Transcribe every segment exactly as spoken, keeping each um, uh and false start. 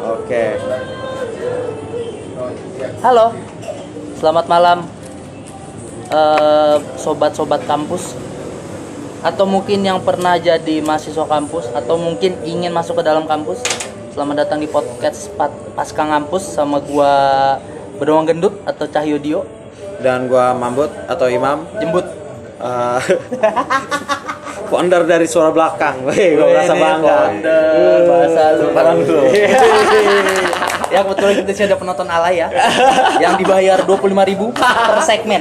Oke. Halo, selamat malam uh, sobat-sobat kampus, atau mungkin yang pernah jadi mahasiswa kampus, atau mungkin ingin masuk ke dalam kampus. Selamat datang di podcast Pasca Ngampus sama gua Beruang Gendut atau Cahyo Dio. Dan gua Mambut atau Imam Jembut. uh, Founder dari suara belakang. Wih, gua merasa bangga. Founder, bahasa lu. Barang lu. Ya kebetulan kita sih ada penonton alay ya, yang dibayar dua puluh lima ribu per segmen.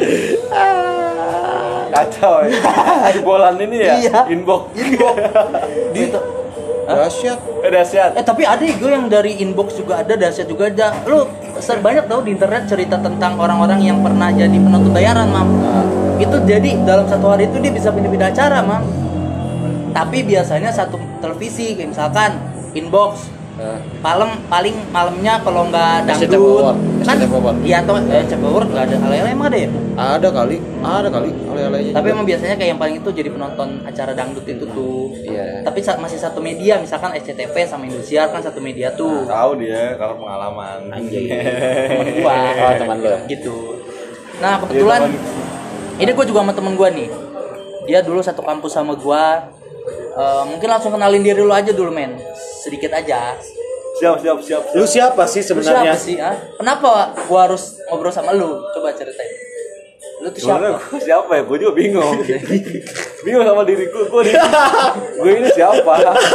Kacau ya. Jebolan ini ya. Iya. Inbox. Inbox. Di itu. Dahsyat. Eh dahsyat. Eh tapi ada gue yang dari inbox juga ada, dahsyat juga ada. Lu banyak tau di internet cerita tentang orang-orang yang pernah jadi penonton bayaran, Mam. Nah. Itu jadi dalam satu hari itu dia bisa pindah-pindah acara, Mam. Tapi biasanya satu televisi, kayak misalkan inbox. Malam paling malamnya kalau nggak dangdut kan iya atau eh Cebawur nggak ada alay-alay emang ada ya? Ada kali, ada kali alay-alaynya. Tapi emang biasanya kayak yang paling itu jadi penonton acara dangdut itu tuh. Iya. Tapi masih satu media, misalkan S C T V sama Indosiar kan satu media tuh. Tahu dia kalau pengalaman. Anjing. Temen gua. Oh, teman lu. Gitu. Nah, kebetulan ini gua juga sama temen gua nih. Dia dulu satu kampus sama gua. Uh, mungkin langsung kenalin diri lu aja dulu, men. Sedikit aja. Siap, siap, siap. Lu siapa sih sebenarnya? Lu siapa sih, ah? Kenapa gua harus ngobrol sama lu? Coba ceritain. Lu tuh siapa? Gue siapa ya? Gue juga bingung. Bingung sama diriku. Gue gue gue ini siapa?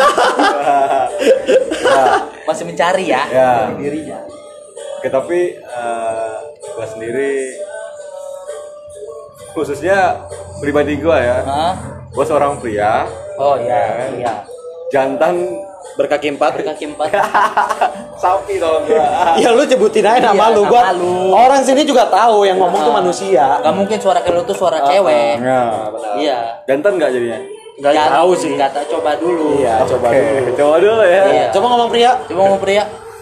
Nah, masih mencari ya, ya. dirinya. Oke, tapi uh, gue sendiri khususnya pribadi gue ya. Hah? Gue seorang pria. Oh iya, iya. Jantan Berkaki empat. Berkaki empat. Sapi dong gua. Ya lu sebutin aja nama Iya, lu. nama Gua lu. orang sini juga tahu yang ngomong tuh manusia. Gak mungkin suara kayak lu tuh suara cewek. Nah, benar. Iya. Jantan enggak jadinya? Enggak tahu sih. Enggak tahu, coba dulu. Iya, coba Oke, dulu. coba dulu ya. Iya. Coba ngomong pria. Coba ngomong pria.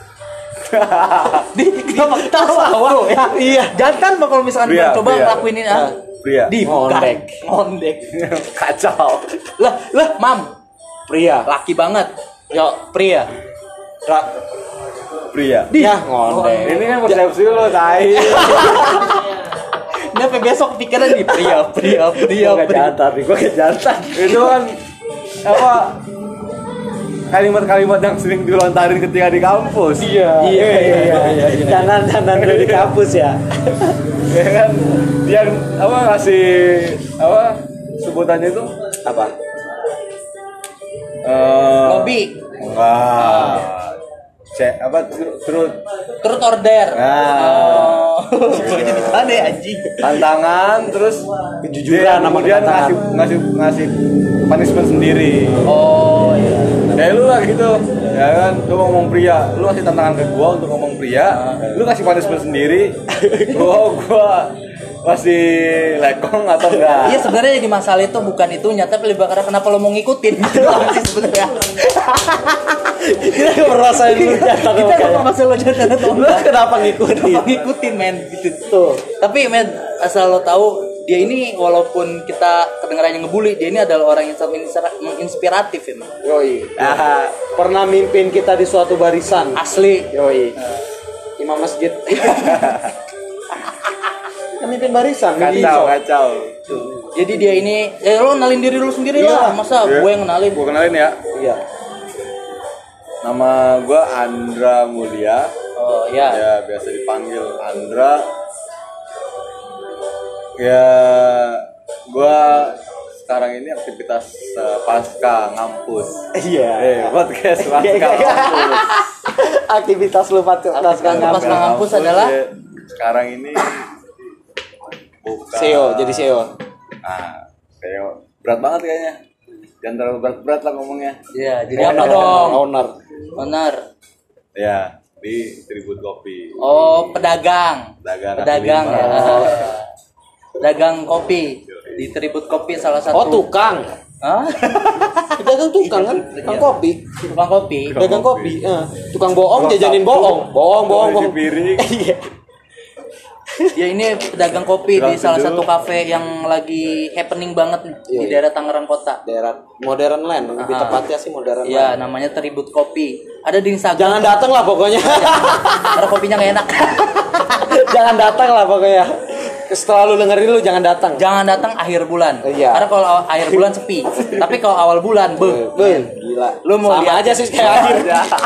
Di kenapa ketawa? Tuh, ya. Iya. Jantan mah kalau misalkan Pria, coba pria. lakuin ini ah. Pria. Di Ngondek. Ngondek. Kacau. Lah, lah, Mam. Pria. Laki banget. Yo, pria. Ra- Pria. Di. Ya, ngondek. Ini kan persepsi lo, tai. Ini sampai besok pikiran nih pria, pria, pria, Gua pria. jantan nih, gua jantan. Itu kan apa kalimat-kalimat yang sering dilontarin ketika di kampus. Iya, iya, iya, iya. Jangan-jangan dulu di kampus ya. Ya kan dia apa ngasih apa sebutannya itu Apa? Eh Lobby. enggak. Cek apa turut Turut order. Nah. Oh. Jadi mana ya anjing? tantangan terus Kejujuran dia sama kemudian kejujuran. ngasih ngasih ngasih punishment sendiri. Oh iya. Kayak lu lah gitu. Ya kan, lu ngomong pria, lu kasih tantangan ke gua untuk ngomong pria, lu kasih punishment sendiri. Gua gua masih lekong atau enggak? Iya sebenarnya jadi masalah itu bukan itunya, tapi lebih karena kenapa lo mau ngikutin gitu doang sih sebenarnya. Kita ngerasain lu jantan. Kita nggak masalah lo jantan atau Lu enggak. kenapa ngikutin? Kenapa ngikutin men gitu. Tuh. Tapi men asal lo tahu dia ini walaupun kita kedengarannya ngebully, dia ini adalah orang yang sangat menginspiratif ya. Man. Yoi. Nah, pernah mimpin kita di suatu barisan. Asli. Yoi. Imam masjid. Kan mimpin barisan. Kacau, kacau. Tuh. Jadi dia ini, eh lo kenalin diri lu sendiri Iya. lah, masa Iya. gue yang kenalin? Gua kenalin ya. Iya. Nama gua Andra Mulia. Oh ya. Ya biasa dipanggil Andra. Ya gua sekarang ini aktivitas uh, pasca ngampus. Iya. Eh, podcast pasca Iya, iya, iya. ngampus. Aktivitas lu pas Pasca pasca ngampus. ngampus. Pasca ngampus adalah? ya, sekarang ini buka S E O, jadi S E O. Nah, S E O berat banget kayaknya. Jangan terlalu berat-berat lah ngomongnya. Iya, jadi apa dong? Owner. Benar. Ya, di Tribut Kopi. Oh, pedagang. Pedagang kaki Pedagang lima. ya. Pedagang kopi di Tribut Kopi salah satu. Oh, tukang. Hah? Pedagang tukang kan? Tukang kopi. Tukang kopi. Pedagang kopi. Eh, tukang bohong jajanin bohong. Bohong, bohong, Isi bohong. piring. Iya. Dia ini pedagang kopi di Tukang salah seduh. satu kafe yang lagi happening banget nih, Iya, di iya. daerah Tangerang Kota. Daerah Modern Land, lebih Ah. tepatnya sih Modern Iya, Land. namanya Tribute Kopi. Ada di Instagram. Jangan datang lah pokoknya. Karena kopinya nggak enak. Jangan datang lah pokoknya. Setelah lu dengerin lu jangan datang. Jangan datang akhir bulan. Iya. Karena kalau aw- akhir bulan sepi. Tapi kalau awal bulan, beuh. Beuh, gila. Lu mau sama lihat aja sih kayak akhir.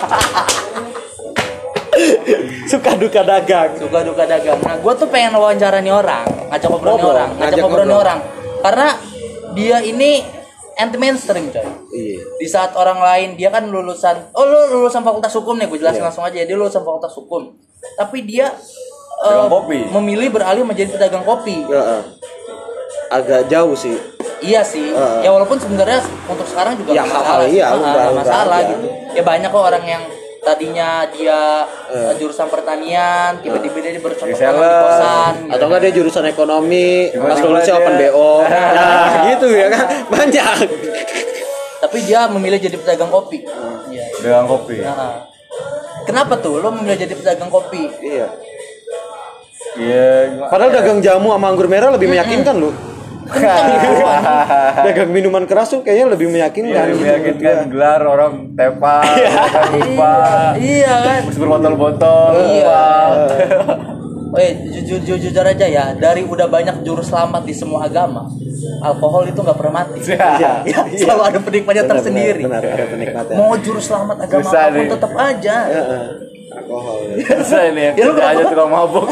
Suka duka dagang. Suka duka dagang. Nah, gue tuh pengen wawancara nih orang, ngajak ngobrol nih Ngobrol, orang, ngajak ngajak ngobrol nih ngobrol. orang. Karena dia ini anti mainstream, coy. Iya. Di saat orang lain dia kan lulusan, oh lu lulusan fakultas hukum nih, gue jelasin Iya. langsung aja. Dia lulusan fakultas hukum, tapi dia Pedagang eh, kopi. memilih beralih menjadi pedagang kopi. Heeh. Agak jauh sih. Iya sih. Heeh. Ya walaupun sebenarnya untuk sekarang juga Ya, nggak masalah. iya, Ah, udah, nggak udah masalah aja. gitu. Ya banyak kok orang yang tadinya dia Eh. eh, jurusan pertanian, tiba-tiba dia bercocok Reseller. tanam di kosan. gitu. Atau enggak dia jurusan ekonomi, Gimana pas lulusnya dia? open B O. Nah, gitu ya kan. Banyak. Tapi dia memilih jadi pedagang kopi. Iya. Dengan kopi. Nah, kenapa tuh lo memilih jadi pedagang kopi? Iya. Iya. gimana Padahal ya? dagang jamu sama anggur merah lebih meyakinkan lu. Kenceng gitu, anjing. Dagang minuman keras tuh kayaknya lebih meyakinkan. Iya, meyakinkan gelar orang tepa, kan lupa. Iya kan? Terus berbotol-botol. Iya. lupa. Eh jujur jujur jujur aja ya, dari udah banyak juru selamat di semua agama, alkohol itu nggak pernah mati. Iya. Ya, selalu ada penikmatnya Benar, tersendiri. Benar, benar, ada penikmatnya. Mau juru selamat agama Susah apapun nih. tetap aja. Heeh. Alkohol. Bisa ini Ya, lu aja kenapa? tukang mabuk.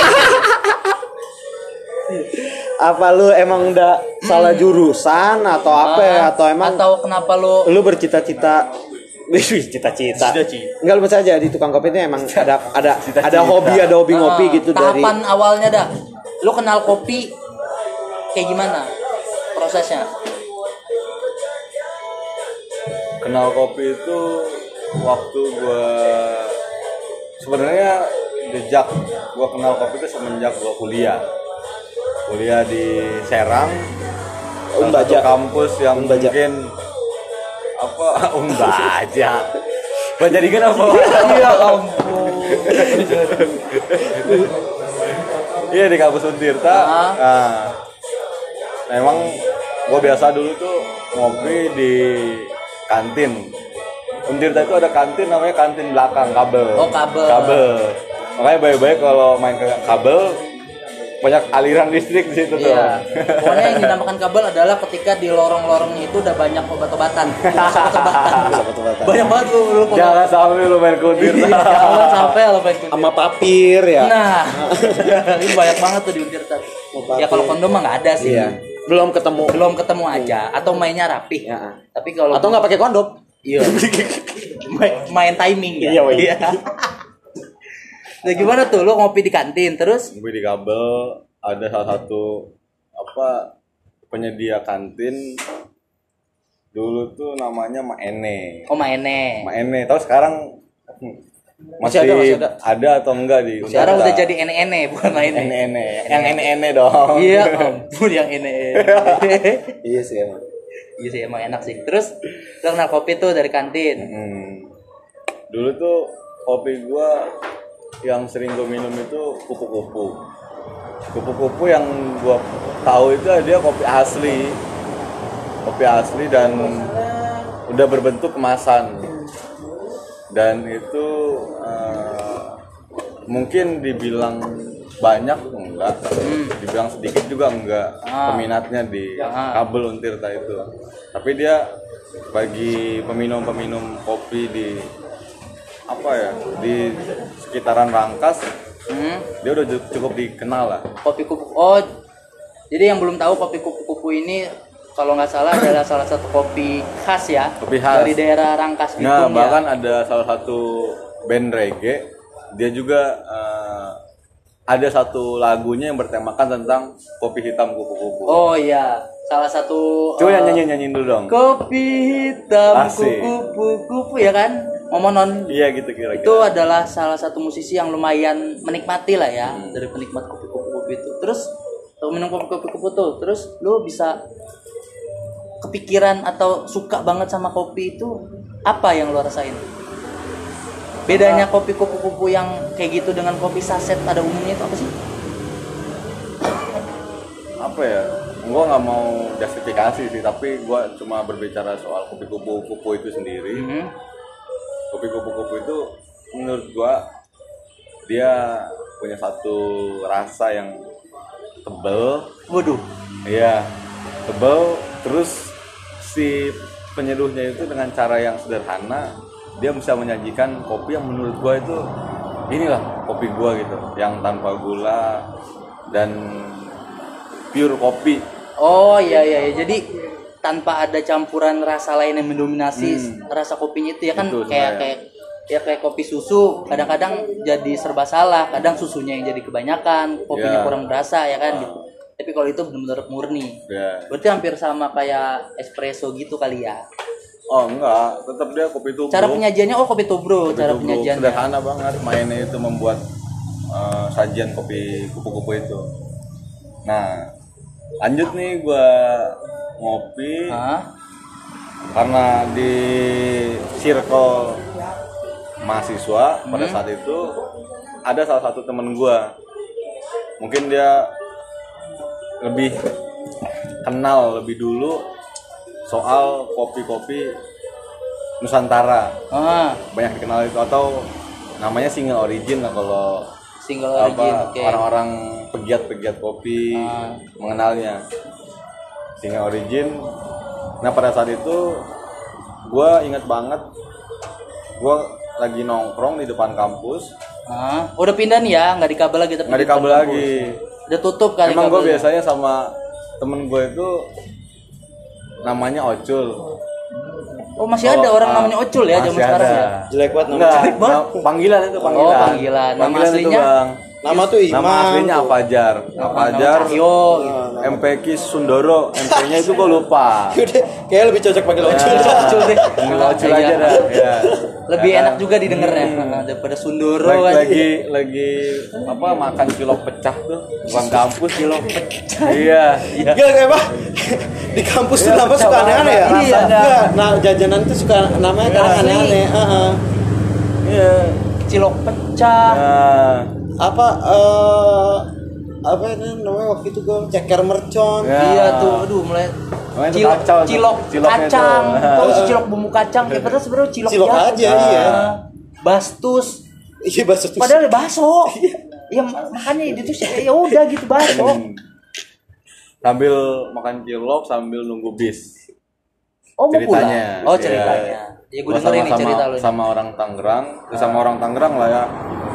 Apa lu emang udah salah jurusan atau apa ya? Atau emang atau kenapa lo lu bercita-cita Wih, cita-cita. Cita-cita. Enggak lu saja di tukang kopi itu emang ada ada Cita-cita. ada hobi, ada hobi ngopi Ah, gitu dari tahapan awalnya dah. Lo kenal kopi kayak gimana prosesnya? Kenal kopi itu waktu gua sebenarnya jejak gua kenal kopi itu semenjak gua kuliah. Kuliah di Serang, salah satu Umbaja. kampus yang Umbaja. mungkin apa Umbaja. Baca dikit apa? Iya ampun. Iya di kampus Untirta. Ah. Nah, nah, emang gua biasa dulu tuh ngopi di kantin. Untirta itu ada kantin namanya kantin belakang kabel. Oh, kabel. Kabel. Makanya baik-baik kalau main ke kabel banyak aliran listrik di situ tuh. Iya. Pokoknya yang dinamakan kabel adalah ketika di lorong-lorongnya itu udah banyak obat-obatan. Obat-obatan. Obat-obatan. Banyak banget lu lu kalau- Jangan sampai lu main ke Untirta. Iya, jangan sampai lo main ke- sama papir ya. Nah, ini banyak banget tuh di Untirta. Obat. Ya kalau kondom mah nggak ada sih. Iya. Belum ketemu. Belum ketemu aja atau mainnya rapih. Ya. Tapi kalau Atau nggak pakai kondom. Iya. main, main timing ya. Iya, Wei. Nah, gimana tuh lo ngopi di kantin terus? Gue di kabel ada salah satu apa penyedia kantin dulu tuh namanya Mak Ene. Oh, mainnya. Mak Ene, tahu sekarang masih, Masih ada, masih ada. ada atau enggak di Sekarang Untirta? udah jadi ene-ene bukan mainnya. Ene-ene, yang ene-ene dong. Iya, ampun yang ene. Iya sih emang. Iya sih emang enak sih. Terus lo kenal kopi tuh dari kantin. Hmm. Dulu tuh kopi gua yang sering gue minum itu kupu-kupu. Kupu-kupu yang gua tahu itu dia kopi asli. Kopi asli dan udah berbentuk kemasan. Dan itu eh, mungkin dibilang banyak enggak, dibilang sedikit juga enggak Ah. peminatnya di Ah. kabel Untirta itu. Tapi dia bagi peminum-peminum kopi di apa ya di sekitaran Rangkas, Hmm. dia udah ju- cukup dikenal lah. Kopi kupu. Oh, jadi yang belum tahu kopi kupu-kupu ini kalau nggak salah adalah salah satu kopi khas ya. Kopi khas. Dari daerah Rangkas Bitung Nah, ya. bahkan ada salah satu band reggae, dia juga eh, ada satu lagunya yang bertemakan tentang kopi hitam kupu-kupu. Oh iya, salah satu. Coba eh, nyanyi nyanyiin dulu dong. Kopi hitam Asik. kupu-kupu ya kan? Momonon. Iya gitu kira-kira. Itu adalah salah satu musisi yang lumayan menikmati lah ya, Hmm. dari penikmat kopi kupu-kupu itu. Terus lu minum kopi kupu-kupu tuh, terus lu bisa kepikiran atau suka banget sama kopi itu apa yang lu rasain? Bedanya kopi kupu-kupu yang kayak gitu dengan kopi saset pada umumnya itu apa sih? apa ya? Gua nggak mau justifikasi sih, tapi gua cuma berbicara soal kopi kupu-kupu itu sendiri. Hmm. Kopi kupu-kupu itu menurut gua dia punya satu rasa yang tebal. Waduh. Iya, tebal. Terus si penyeduhnya itu dengan cara yang sederhana, dia bisa menyajikan kopi yang menurut gua itu inilah kopi gua gitu, yang tanpa gula dan pure kopi. Oh iya iya, iya. Jadi tanpa ada campuran rasa lain yang mendominasi hmm. rasa kopinya itu ya kan. Itu, kayak sebenernya. kayak ya kayak kopi susu, kadang-kadang jadi serba salah, kadang susunya yang jadi kebanyakan, kopinya yeah. kurang berasa ya kan gitu. Tapi kalau itu benar-benar murni. Yeah. Berarti hampir sama kayak espresso gitu kali ya. Oh enggak, tetap dia kopi tubruk. Cara penyajiannya oh kopi tubruk, kopi cara tubruk. penyajiannya sederhana banget. Mainnya itu membuat uh, sajian kopi kupu-kupu itu. Nah, lanjut nih gua ngopi. Hah? Karena di circle mahasiswa hmm. pada saat itu ada salah satu temen gua. Mungkin dia lebih kenal lebih dulu soal kopi-kopi Nusantara. Ah. Banyak dikenal itu atau namanya single origin lah kalau single origin. Okay. Orang-orang pegiat-pegiat kopi ah. mengenalnya single origin. Nah pada saat itu gue ingat banget gue lagi nongkrong di depan kampus. Ah. Udah pindah nih ya, nggak di kabel lagi tapi nggak di kabel lagi. Udah tutup kali. Emang gue biasanya sama temen gue itu namanya Ocul. Oh masih oh, ada orang uh, namanya Ocul ya zaman sekarang ya. Jelek banget namanya. Jelek banget. Panggilan itu panggilan. Oh panggilan. Nama panggilan aslinya? Itu, Bang. Nama tuh Imam. Nama aslinya Afajar. Afajar. Yo. M P K Sundoro. M P-nya itu gue lupa. Kayak lebih cocok panggil Ocul. Ocul deh. Ocul aja dah. Ya. Lebih enak juga didengarnya hmm. daripada Sundoro lagi, kan. Lagi lagi apa makan cilok pecah tuh bukan kampus cilok pecah. Iya, iya. Gak apa? Di kampus tuh nama suka aneh-aneh ya? Iya. Nah, jajanan tuh suka namanya kadang aneh-aneh. Heeh. Iya, cilok pecah. Nah. Apa eh apa namanya waktu itu gue ceker mercon. Ya. Iya tuh, aduh mulai cilok kacau, cilok kacang, oh cilok bumbu kacang, ya padahal sebenarnya cilok, cilok ya, aja nah. Iya. Bastus, iya bastus. Padahal baso, ya makanya itu sih ya udah gitu baso. Sambil makan cilok sambil nunggu bis. Oh mau ceritanya. Pulang? Oh ceritanya. Ya, ya gue dengerin nih cerita lu. Sama orang Tangerang, sama orang Tangerang lah ya.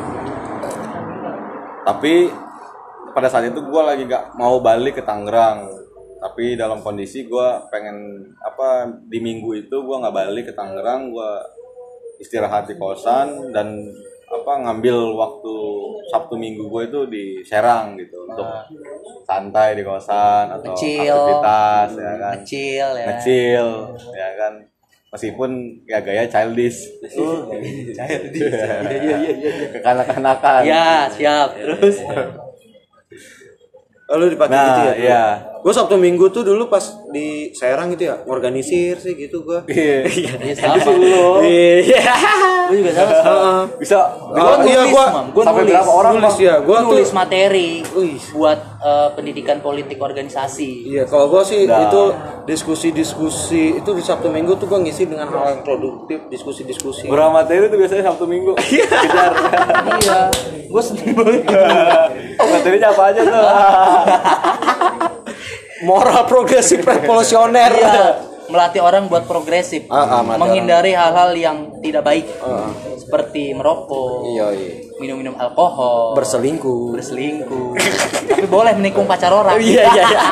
Tapi pada saat itu gue lagi gak mau balik ke Tangerang. Tapi dalam kondisi gue pengen apa di minggu itu gue nggak balik ke Tangerang, gue istirahat di kosan dan apa ngambil waktu Sabtu Minggu gue itu di Serang gitu untuk santai di kosan atau ngecil, aktivitas ya kan, ngecil ya, ngecil ya kan, meskipun ya gaya childish, oh, childish, iya iya iya, kekanak-kanakan, ya siap terus. Lalu dipakai nah, gitu ya? Iya. Gue Sabtu Minggu tuh dulu pas di Serang gitu ya, organisir sih gitu gue. Iya. Iya sama lu. Iya. Gue juga sama. Heeh. Bisa. Gua iya gua sampai berapa orang nulis ya? Gua nulis tuh materi buat uh, pendidikan politik organisasi. Iya, kalau gua sih nah. itu diskusi-diskusi itu di Sabtu Minggu tuh gua ngisi dengan hal yang produktif, diskusi-diskusi. Berapa materi tuh biasanya Sabtu Minggu? Kejar. Iya. Gua seneng banget. Materinya apa aja tuh? Moral progresif revolusioner. Iya. Melatih orang buat progresif, ah, ah, menghindari orang. hal-hal yang tidak baik, ah. seperti merokok, iya, iya. minum-minum alkohol, berselingkuh, berselingkuh. Tapi boleh menikung pacar orang. Iya iya. iya.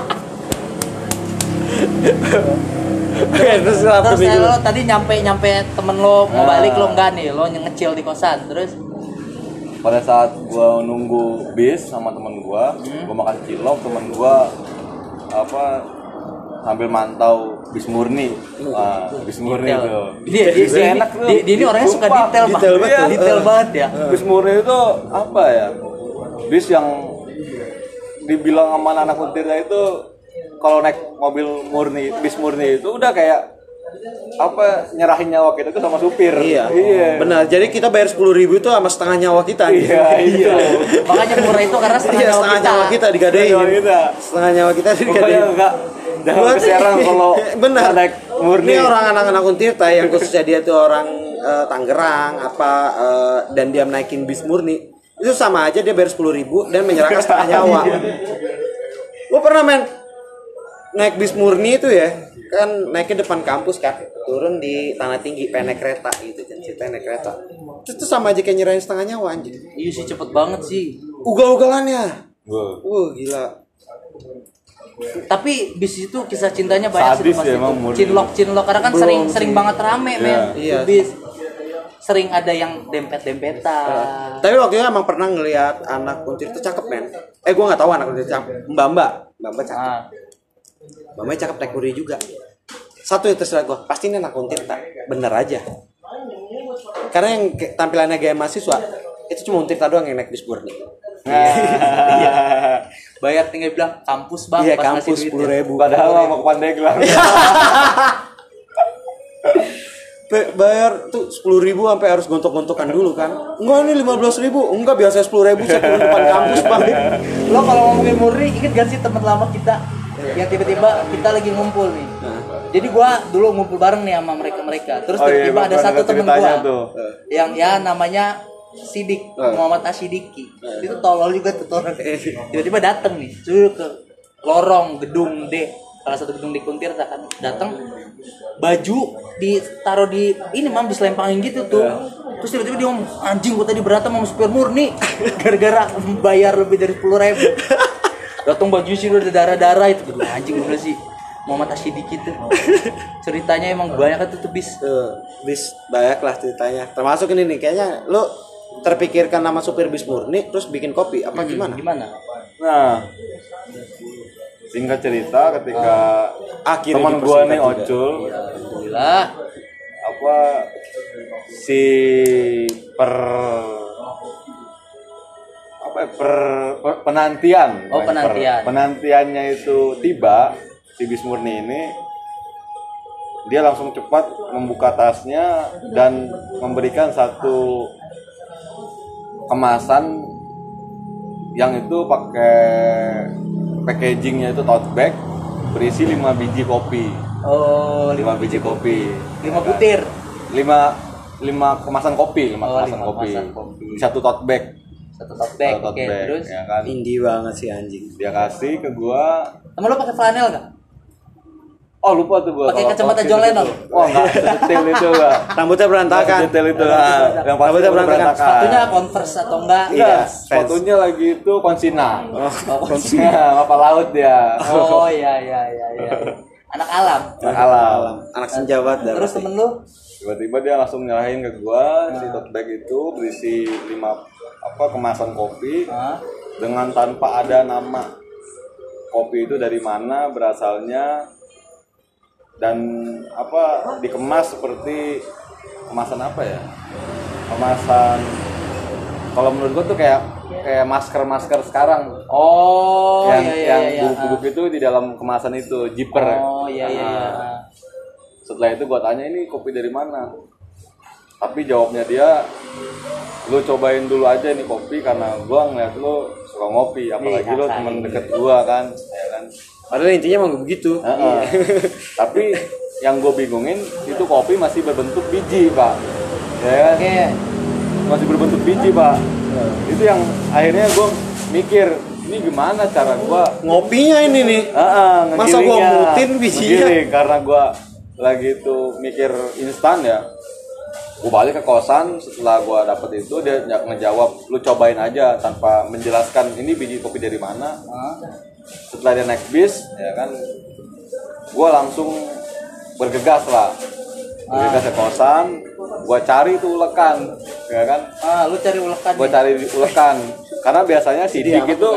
terus terus lo tadi nyampe nyampe temen lo mau nah. balik lo enggak nih, lo ngecil di kosan terus. Pada saat gua nunggu bis sama temen gua, hmm. gua makan cilok, temen gua apa sambil mantau bis murni, ah, bis murni detail. itu. Dia, dia, dia, enak dia, dia, dia ini orangnya suka detail, detail banget, ya. detail banget ya. Bis murni itu apa ya? Bis yang dibilang sama anak untirnya itu kalau naik mobil murni, bis murni itu udah kayak apa nyerahin nyawa kita tuh sama supir. Iya. Iya. Benar. Jadi kita bayar sepuluh ribu itu sama setengah nyawa kita. Iya, iya. Makanya murah itu karena setengah, Iya, nyawa setengah kita. nyawa kita digadein. Setengah kita. Setengah nyawa kita Pokoknya digadein. enggak jangan Gua- keserang kalau benar. naik murni. Ini orang anak-anak Untirta yang khususnya dia tuh orang eh, Tangerang apa eh, dan dia naikin bis murni. Itu sama aja dia bayar sepuluh ribu dan menyerahkan setengah nyawa. Gue pernah men naik bis murni itu ya, kan naiknya depan kampus kan, turun di Tanah Tinggi, pengen naik kereta gitu kan, ceritanya naik kereta. Itu tuh sama aja kayak nyerahin setengah nyawa anjing. Iya sih cepet banget sih. Ugal-ugalannya. Wah. Wah gila. Tapi bis itu kisah cintanya banyak Sadis sih ya, itu. emang murni. Cinlok cinlok karena kan Belum sering sih. sering banget rame Iya. men. Iya. Itu bis sering ada yang dempet-dempetan. Tapi waktu itu emang pernah ngelihat anak kuntir itu cakep men. Eh gue nggak tahu anak kuntir cakep. Mbak Mbak, Mbak Mbak cakep. Ah. Mbak Mbak cakep naik kursi juga. Satu yang terserah gue, pasti ini anak kuntir tak bener aja. Karena yang ke- tampilannya gaya mahasiswa itu cuma Untirta doang yang naik bis murni. Iya. Bayar tinggal bilang kampus bang. Iya pas ngasih kampus duit sepuluh ya. ribu. Padahal mau ke Pandeglang. Pe- bayar tuh sepuluh ribu sampai harus gontok-gontokan dulu kan. Enggak ini lima belas ribu. Enggak biasa sepuluh ribu saya turun depan kampus bang. Lo kalau ngomongin murni inget gak sih teman lama kita yang tiba-tiba kita lagi ngumpul nih. Jadi gua dulu ngumpul bareng nih sama mereka-mereka. Terus Oh iya, tiba-tiba ada gua satu denger temen ceritanya gua tuh. yang ya namanya Sidik, Eh. Muhammad Asidiki. Itu tolol juga tuh tolol. Tiba-tiba dateng nih, suruh ke lorong gedung D, salah satu gedung di Kuntirta kan. Datang baju ditaruh di ini mam diselempangin gitu tuh. Terus tiba-tiba dia ngomong, anjing gua tadi berantem sama supir murni gara-gara bayar lebih dari sepuluh ribu. Datang baju sih udah darah-darah itu. Aduh, anjing bener sih. Muhammad Asidiki tuh. Ceritanya emang banyak kan tuh, tuh bis. Tuh, bis banyak lah ceritanya. Termasuk ini nih kayaknya lo terpikirkan nama supir bis murni terus bikin kopi apa gimana? Gimana? Nah, singkat cerita ketika Akhirnya teman gua nih dipersingkat juga. Ocul Alhamdulillah. apa si per apa ya, per, per- penantian Oh, penantian. Per- penantiannya itu tiba si bis murni ini dia langsung cepat membuka tasnya dan memberikan satu kemasan yang itu pakai packagingnya itu tote bag berisi lima biji kopi. Oh, lima lima biji kopi, lima butir. lima lima kemasan kopi, lima Oh, kemasan lima kopi. kemasan kopi. Satu tote bag. Satu tote bag. Satu Oke, tote bag, terus ya kan. Indie banget sih anjing. Dia kasih ke gua. sama lo pakai flanel enggak? Oh, lupa tuh gua. Pakai kalau- kacamata kalau John gitu Lennon. tuh. Wah, enggak sedetail itu, Mbak. Rambutnya berantakan. Detail itu. Nah, yang pasti Rambutnya berantakan. Sepatunya Converse atau enggak? Iya. Enggak, sepatunya lagi itu konsina. Oh, Konsina, apa laut dia. oh iya iya iya iya. Anak alam. Anak alam. Anak senja banget dah. Terus temen lu? Tiba-tiba dia langsung nyerahin ke gua si tote bag itu berisi lima apa kemasan kopi Hah? dengan tanpa ada nama kopi itu dari mana berasalnya dan apa dikemas seperti kemasan apa ya, kemasan kalau menurut gua tuh kayak kayak masker masker sekarang Oh yang iya iya yang iya. bubuk-bubuk itu di dalam kemasan itu zipper. Oh iya iya iya. Nah, setelah itu gua tanya ini kopi dari mana, tapi jawabnya dia lu cobain dulu aja nih kopi karena gua ngeliat lu suka ngopi apalagi lu Ih, temen rasain. deket gua kan ya kan. Padahal intinya emang begitu. Heeh. Tapi yang gue bingungin itu kopi masih berbentuk biji pak, ya kan? Oke. Masih berbentuk biji pak. Itu yang akhirnya gue mikir ini gimana cara gue Ngopinya ini nih. Masa gua mutin bijinya? karena gue lagi itu mikir instan ya. Gue balik ke kosan setelah gue dapet itu dia ny- ngejawab lu cobain aja tanpa menjelaskan ini biji kopi dari mana. Hah? Setelah dia naik bis ya kan gue langsung bergegas lah bergegas ke kosan gue cari tuh ulekan ya kan Ah, lu cari ulekan. gue nih. cari ulekan karena biasanya si Dik itu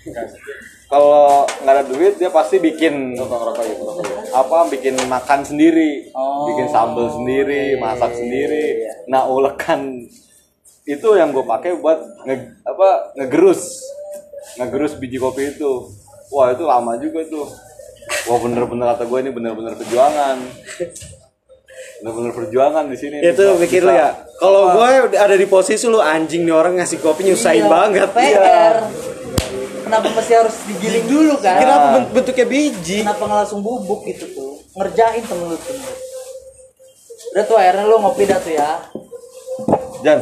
kalau nggak ada duit dia pasti bikin apa bikin makan sendiri Oh. bikin sambal sendiri masak sendiri nah ulekan itu yang gue pakai buat nge, apa ngegerus ngegerus biji kopi itu. Wah itu lama juga tuh. Wah bener-bener kata gue ini bener-bener perjuangan. bener-bener perjuangan di sini. Itu Bisa- pikir bisa- lu ya. Kalau gue ada di posisi lu, anjing nih orang ngasih kopi nyusahin Iya, banget. P R. Kenapa mesti harus digiling dulu kan? Kenapa ben- bentuknya biji? Kenapa nggak langsung bubuk gitu tuh? Ngerjain temen lu tuh. Udah tuh akhirnya lu ngopi dah tuh ya. Jan,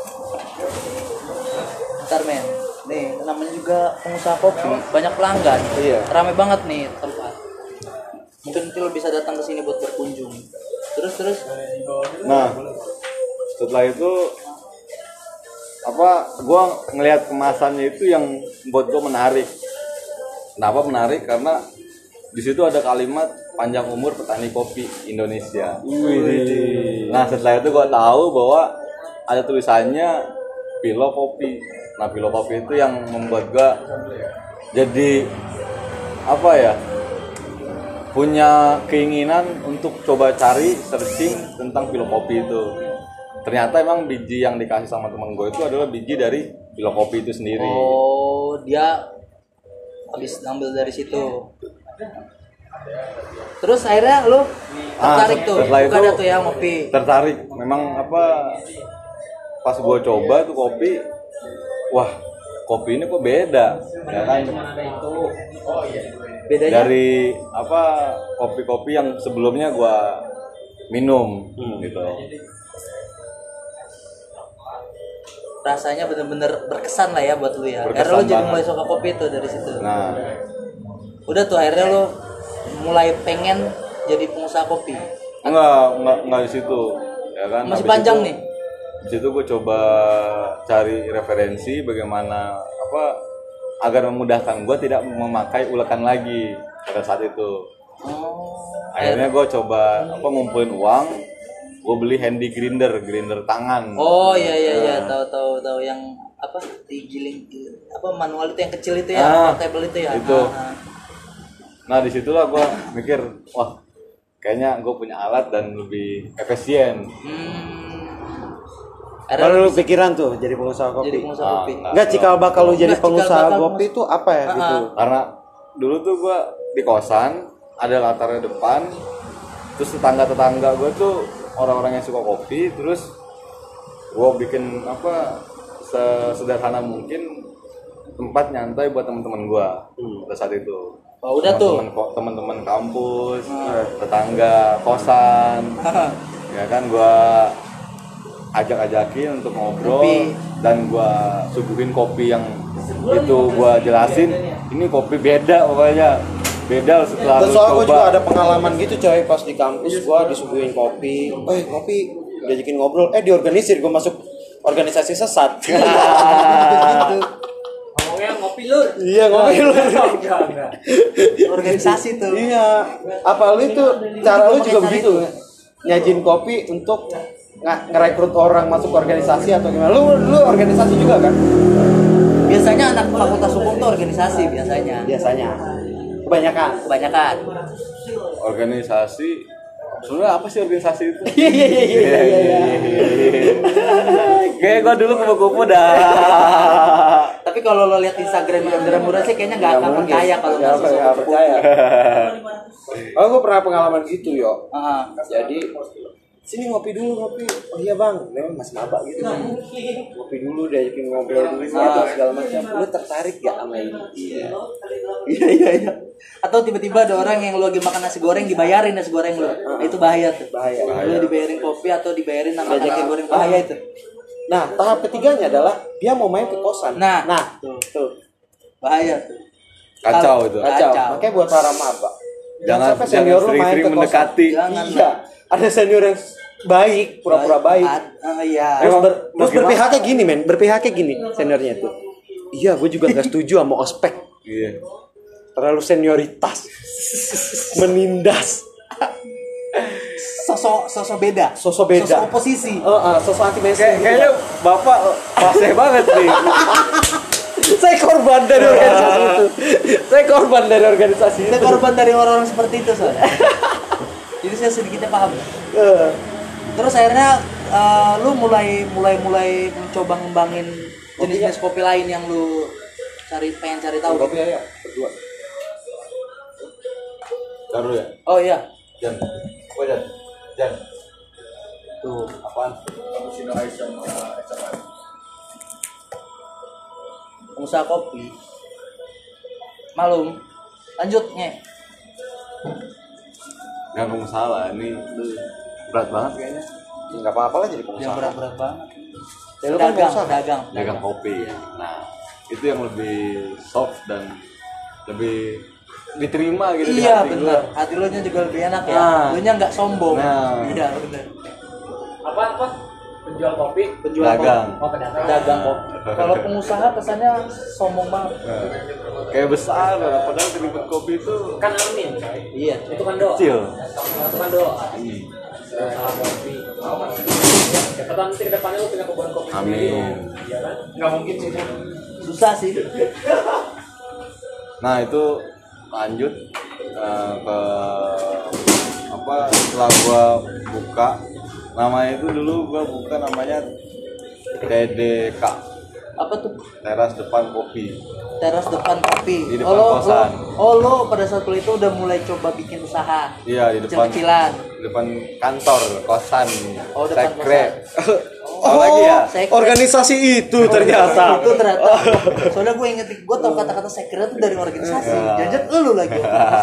Bentar men. Nih, namanya juga pengusaha kopi, banyak pelanggan. Iya. Rame banget nih tempat. Mungkin nanti lo bisa datang ke sini buat berkunjung. Terus terus. nah setelah itu apa? Gua ngelihat kemasannya itu yang buat gua menarik. Kenapa menarik? Karena di situ ada kalimat panjang umur petani kopi Indonesia. Nah setelah itu gua tahu bahwa ada tulisannya Pilo Kopi. Nah Pilo Kopi itu yang membuat gua jadi apa ya, punya keinginan untuk coba cari searching tentang Pilo Kopi itu. Ternyata emang biji yang dikasih sama temen gue itu adalah biji dari Pilo Kopi itu sendiri. Oh, dia habis ngambil dari situ. Terus akhirnya lu tertarik Ah, tuh, setelah bukan itu- tuh ya ngopi. Tertarik, memang apa, pas gue coba tuh kopi, wah kopi ini kok beda, ya kan? Bedanya Dari apa kopi-kopi yang sebelumnya gue minum gitu. rasanya bener-bener berkesan lah ya buat lu ya. Berkesan Akhirnya lu jadi banget. mulai suka kopi tuh dari situ. Nah, Udah tuh akhirnya lu mulai pengen jadi pengusaha kopi. enggak, enggak, enggak di situ, ya kan? Masih Habis panjang itu- nih. Di situ gue coba cari referensi bagaimana apa agar memudahkan gue tidak memakai ulekan lagi pada saat itu. Oh. Akhirnya gue coba apa ngumpulin uang, gue beli handy grinder, grinder tangan. Oh iya iya iya, Nah. tahu tahu tahu yang apa digiling apa manual itu yang kecil itu ya, Ah, portable itu ya. itu. Ah, ah. Nah disitulah gue mikir, wah kayaknya gue punya alat dan lebih efisien. Hmm. Akhirnya Baru lu lu pikiran tuh jadi pengusaha kopi. jadi pengusaha Ah, kopi. enggak. Enggak, cikal bakal lu jadi Enggak, cikal pengusaha bakal kopi itu apa ya Ah, gitu? ah. Karena dulu tuh gue di kosan, ada latarnya depan, terus tetangga-tetangga gue tuh orang-orang yang suka kopi, terus gue bikin apa sesederhana mungkin tempat nyantai buat teman-teman gue pada saat itu. Oh, udah tuh. Teman-teman ko- teman-teman kampus, tetangga kosan, ya kan gue ajak-ajakin untuk ngobrol Kopi. dan gue suguhin kopi yang itu gue jelasin ini kopi beda pokoknya beda setelah Terus lu soalnya gue coba. juga ada pengalaman gitu coy, pas di kampus gue disuguhin kopi, eh kopi, diajakin ngobrol, eh diorganisir, gue masuk organisasi sesat. Gitu. Ngomongnya ngopi lur. Iya ngopi lu. Organisasi tuh. Iya, apa lu itu cara lu juga begitu, nyajin kopi untuk nge- ngerekrut orang masuk organisasi atau gimana? Lu lu organisasi juga kan? Biasanya anak fakultas hukum tuh organisasi biasanya. Biasanya, kebanyakan. Kebanyakan. Organisasi sebenarnya apa sih organisasi itu? Iya iya iya iya iya. Kayak gue dulu kupu-kupu dah. Tapi kalau lo lihat Instagram Indra Mura sih kayaknya nggak akan percaya kalau nggak nggak sosok nggak kupu-kupu. percaya. Oh, gue pernah pengalaman gitu yo. Ah, Jadi sini ngopi dulu ngopi. Oh iya bang, memang masih maba gitu. Ngopi dulu, diajakin ngobrol dulu atau segala macam. Lu tertarik gak sama ini? Iya. Iya iya iya. Atau tiba-tiba ada orang yang lo lagi makan nasi goreng dibayarin nasi goreng lo. Itu bahaya tuh. Bahaya. Lo dibayarin kopi atau dibayarin sama Ngajakin- nasi goreng bahaya itu. Nah, tahap ketiganya adalah dia mau main ke kosan. Nah. nah tuh, tuh. Bahaya tuh. Kacau itu. Kacau. Kacau. Makanya buat para maba. Jangan sampai jangan senior lu main sering-sering ke kosan. mendekati. Jangan. Iya. Ada senior yang baik, pura-pura baik. Ah, iya. Terus, Emang ber, mau terus gimana? berpihaknya gini men, berpihaknya gini seniornya tuh. Iya, gue juga gak setuju sama ospek. Iya. Terlalu senioritas, menindas, Sosok sosok beda. sosok beda. Sosok oposisi. Oh, ah, sosok anti mainstream. Kayak- kayaknya bapak fase banget nih. Saya korban dari organisasi itu. Saya korban dari organisasi itu. Saya korban dari orang-orang seperti itu soalnya. Jadi saya sedikitnya paham. Eh, Terus akhirnya eh, lu mulai mulai mulai mencoba ngembangin jenis-jenis kopi lain yang lu cari pengen cari tahu. Kopi ya, berdua. Taruh ya. Oh iya. Jan. Kok Jan? Jan. Tuh, apaan? Cappuccino ice sama extra. Pengusaha kopi. Malum. Lanjut, Nge. Nggak pengusaha lah, ini berat banget kayaknya. Nggak apa-apa lah jadi Yang pengusaha. berat-berat banget. Ya, lu kan Dagang, pengusaha. dagang. Dagang kopi ya. Nah, itu yang lebih soft dan lebih diterima gitu di Iya hati benar. gua. Hati lo nya juga lebih enak ya. Nah. Lo nya nggak sombong. Nah. Iya benar. Apa apa? Penjual kopi. Penjual Dagang. kopi. Oh, pedagang. Dagang kopi. Kalau pengusaha kesannya sombong banget. Nah, kayak besar, padahal keriput kopi itu Kan amin. Iya. Itu kan doa. kecil. Itu kan doa. Usaha kopi. Siapa tahu nanti ke depannya lu punya kebun kopi sendiri. Amin. Iya kan? Nggak mungkin sih itu. Susah sih. Nah itu lanjut uh, ke apa setelah gua buka namanya itu dulu gua buka namanya T D K, Apa tuh? teras depan kopi. Teras depan kopi. Di depan oh, lo, kosan. lo- oh lo pada saat itu udah mulai coba bikin usaha. Iya di depan Kecil-kecilan. di depan kantor kosan. Oh, depan sekre. Oh, lagi ya? sekre. organisasi itu ternyata. Itu ternyata. Soalnya gue inget, gue tau kata-kata sekre itu dari organisasi. Ya. Jajan lu lagi.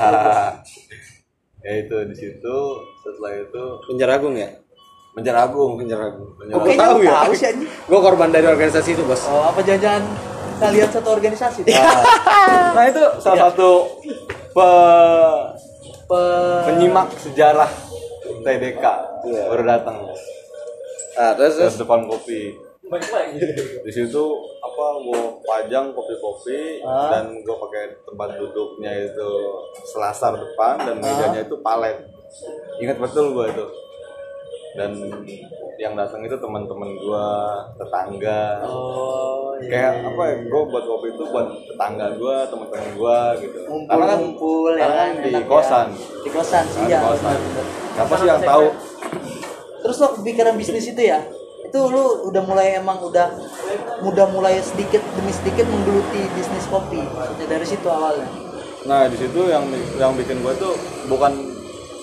Ya itu di situ setelah itu Penjaragung ya? Menjaragung, Penjaragung. Penjaragung. Gue tahu ya. Tahu sih anjing. Gue korban dari organisasi itu, Bos. Oh, apa jangan kalian satu organisasi? Nah itu salah satu pe Pe- penyimak sejarah T D K Iya. baru datang Ah, terus, terus. ke depan kopi. Balik lagi. Di situ apa gue pajang kopi-kopi Ah. dan gue pakai tempat duduknya itu selasar depan dan mejanya itu palet. Ingat betul gue itu. Dan yang datang itu teman-teman gue, tetangga. Oh, iya. Kayak apa ya? Gue buat kopi itu buat tetangga gue, teman-teman gue gitu. Ngumpul-ngumpul ya karena kan, kan di enak ya. kosan. Di kosan sih Kan ya. di kosan. benar-benar. Siapa sih yang tahu? Terus lo kepikiran bisnis itu ya? Itu lu udah mulai emang udah mudah mulai sedikit demi sedikit menggeluti bisnis kopi. Maksudnya dari situ awalnya. Nah di situ yang yang bikin gue tuh bukan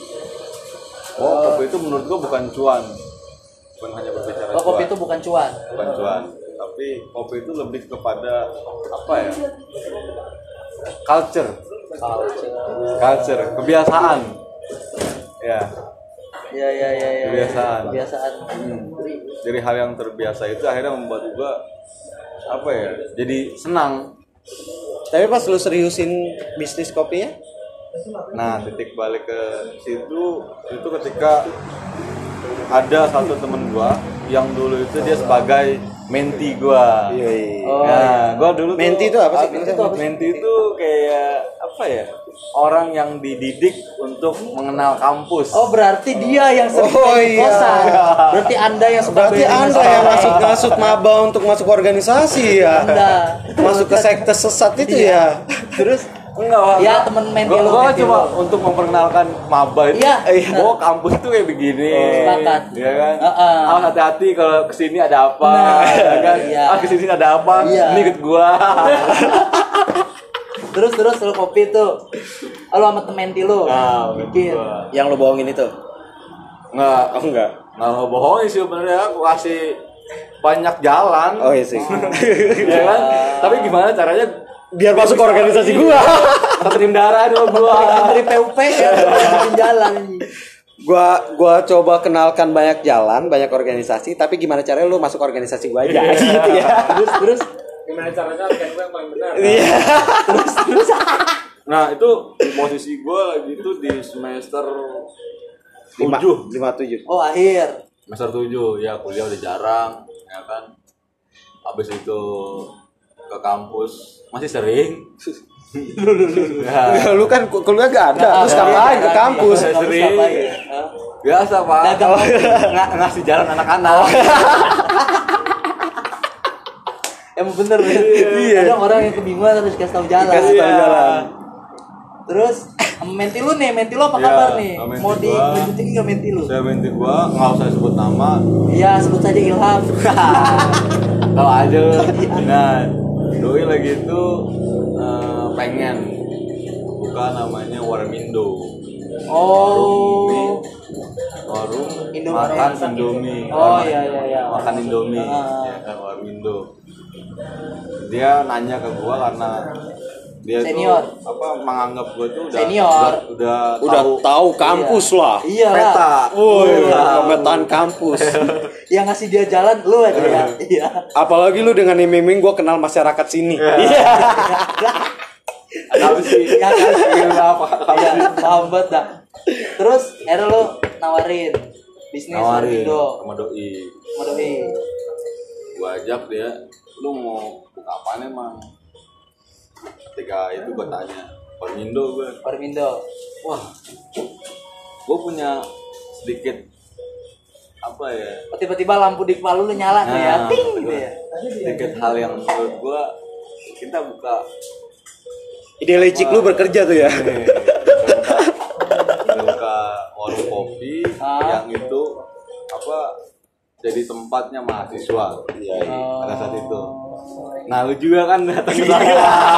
oh kopi itu menurut gue bukan cuan, bukan hanya berbicara Oh, kopi cuan, itu bukan cuan. bukan cuan, tapi kopi itu lebih kepada apa ya? Culture, culture, kebiasaan, ya. Ya ya ya ya. Kebiasaan. Kebiasaan. Dari hal yang terbiasa itu akhirnya membuat gue apa ya? Jadi senang. Tapi pas lu seriusin bisnis kopinya? Nah, titik balik ke situ itu ketika ada satu temen gua yang dulu itu dia sebagai menti gua. Iya, iya. Oh, Nah, gua dulu tuh- Menti itu apa sih? Itu apa sih? Menti itu kayak apa ya? Orang yang dididik untuk mengenal kampus. Oh, berarti dia yang sering Oh, main di iya. kosan. Berarti Anda yang suka Berarti main di Anda kosan. yang masuk-masuk maba untuk masuk organisasi ya? Anda. Masuk ke sekte sesat itu ya? Terus Enggak, ya temen menti gua, lu, gua menti cuma lu. untuk memperkenalkan maba itu. Iya. Bahwa kampus tuh kayak begini. Sepakat. Iya kan? Heeh. Awas hati-hati kalau kesini ada apa. Nah, ya kan? iya. Ah kesini ada apa? Iya. Ini ikut gua. terus terus lu kopi tuh. Lu sama temen menti lu Nah, bikin. gua. Yang lo bohongin itu? Nggak, Oh enggak. nggak mau bohongin sih sebenarnya. Aku kasih banyak jalan. Oh iya sih. ya kan? Tapi gimana caranya? Biar masuk ke organisasi gua. Terima darah dulu gua. Dari P U P ya bikin jalan ini. Gua gua coba kenalkan banyak jalan, banyak organisasi, tapi gimana caranya lu masuk organisasi gua aja gitu ya. Terus terus Gimana caranya kan gue yang paling benar? Iya. terus terus Nah itu posisi gue lagi tuh di semester Lima, tujuh. lima tujuh. oh akhir. Semester tujuh ya kuliah udah jarang ya kan. Habis itu ke kampus masih sering. ya, Lu kan ku- kuliah gak ada, terus ngapain ke kampus? Saya Kampus sering. ngapain? Hah? Biasa pak. Dagang Oh, ng- ngasih jalan anak-anak. Emang bener ya. Iya. Ada orang yang kebingungan harus kasih tahu jalan. Dikasih tahu Iya. jalan. Terus sama menti lu nih, menti lu apa Iya, kabar nih? sama menti Mau di gua. lanjutin ke menti lu? Saya menti gue nggak usah sebut nama. Iya, sebut saja Ilham. Tahu aja lu. Nah, doi lagi itu eh, pengen buka namanya Warmindo. Oh. warung Indomie. makan Indomie. Oh, Warung- iya, iya, iya. Makan Indomie. Ah. Ya kan, warung Indo. Dia nanya ke gua karena dia Senior. tuh apa menganggap gua tuh udah Senior. udah, udah, Udah tahu tahu kampus lah. Iya lah. peta. Woi, Udah. pemetaan kampus. Yang ngasih dia jalan lu aja ya. Iya. Apalagi lu dengan iming-iming gue kenal masyarakat sini. Iya. Tapi sih Ya kan? apa Iya, paham banget dah. Terus akhirnya lu nawarin bisnis nawarin Indo. sama doi. Sama doi. Gua ajak dia, lu mau buka apaan emang? Ketika itu gua tanya, Permindo gue. Permindo. Wah, gua punya sedikit apa ya? Tiba-tiba lampu di kepala lu nyala tuh ya. Nah, Ting gitu ya. sedikit hal yang menurut gua kita buka Ide licik lu bekerja tuh ya. nih, kita buka, kita buka warung kopi Ah. yang itu apa jadi tempatnya mahasiswa. Iya, pada saat itu. Nah, lu juga kan datang ke sana.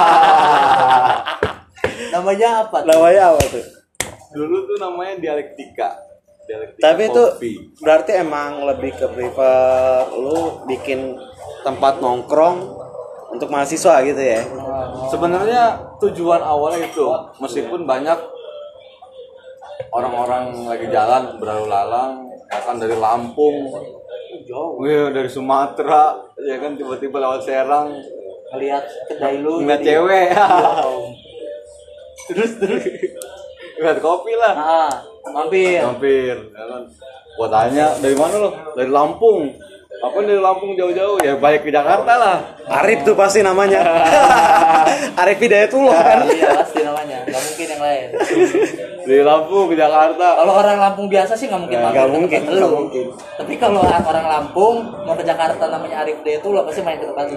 Namanya apa tuh? Namanya apa tuh? Dulu tuh namanya dialektika. Dialektika Tapi itu kopi. berarti emang lebih ke prefer lu bikin tempat nongkrong untuk mahasiswa gitu ya. Sebenarnya tujuan awalnya itu, meskipun banyak orang-orang lagi jalan berlalu lalang, akan dari Lampung, Jauh. wih, dari Sumatera, ya kan tiba-tiba lewat Serang, Ngeliat kedai lu. ngeliat jadi- cewek, Terus terus. ngeliat kopi lah, Ah, mampir. mampir, ya kan. Gua tanya dari mana lo? Dari Lampung. Apa dari Lampung jauh-jauh? Ya balik ke Jakarta lah. Arif tuh pasti namanya. Arif Hidayatullah kan. Iya pasti namanya. Gak mungkin yang lain. Dari Lampung ke Jakarta. Kalau orang Lampung biasa sih nggak mungkin. Nggak mampir ke mungkin, tempat nggak lu. mungkin. Tapi kalau orang Lampung mau ke Jakarta namanya Arif Day itu lo pasti main ke tempat lu.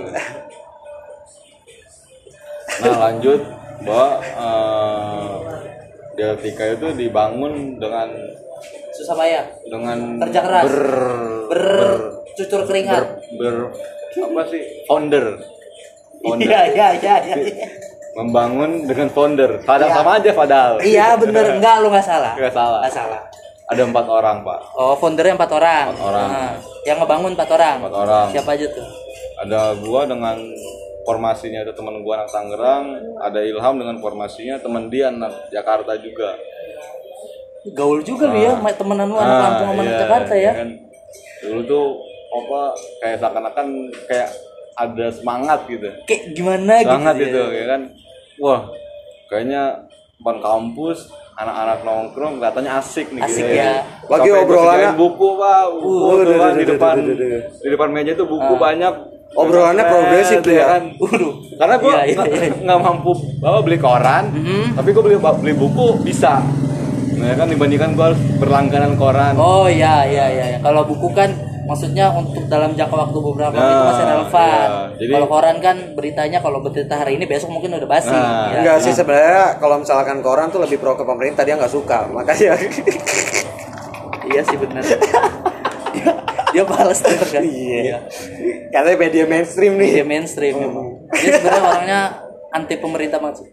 Nah lanjut bahwa uh, dialektika itu dibangun dengan Susah payah. dengan Kerja keras. ber, Bercucur keringat. ber, apa sih founder founder Iya iya iya. iya. membangun dengan founder padahal Iya. sama aja padahal Iya bener enggak lu nggak salah. Nggak salah. Nggak salah. ada empat orang pak Oh foundernya empat orang. Empat orang. Nah, yang ngebangun empat orang. empat orang Siapa aja tuh? ada gua dengan formasinya itu teman gua anak Tangerang, ada Ilham dengan formasinya teman dia anak Jakarta juga. Gaul juga lu ya, ma- temenan lu anak Ah, Lampung sama anak iya, Jakarta ya. kan. Dulu tuh apa kayak seakan-akan kayak ada semangat gitu. Kayak gimana Semangat gitu. gitu ya. ya kan. Wah, kayaknya depan kampus anak-anak nongkrong katanya asik nih Asik gitu ya. Lagi Sampai obrolannya- disediain buku pak, buku Uh, tuh, duh, kan, duh, di duh, depan duh, duh, duh. di depan meja tuh buku banyak. Obrolannya Keren, progresif tuh ya. kan. Waduh. Karena gue Iya, iya, iya. nggak mampu apa, beli koran, Mhm. tapi gue beli beli buku bisa. Nah kan dibandingkan gue harus berlangganan koran. Oh iya iya iya. iya. Kalau buku kan maksudnya untuk dalam jangka waktu beberapa Nah, itu masih relevan. iya. Jadi- Kalau koran kan beritanya kalau berita hari ini besok mungkin udah basi. Nah, Ya. Enggak sih sebenarnya kalau misalkan koran tuh lebih pro ke pemerintah, dia nggak suka. Makanya Iya sih benar. dia, dia balas tuh kan. iya. Katanya media mainstream Dia nih. mainstream memang. Dia sebenarnya orangnya anti pemerintah maksud.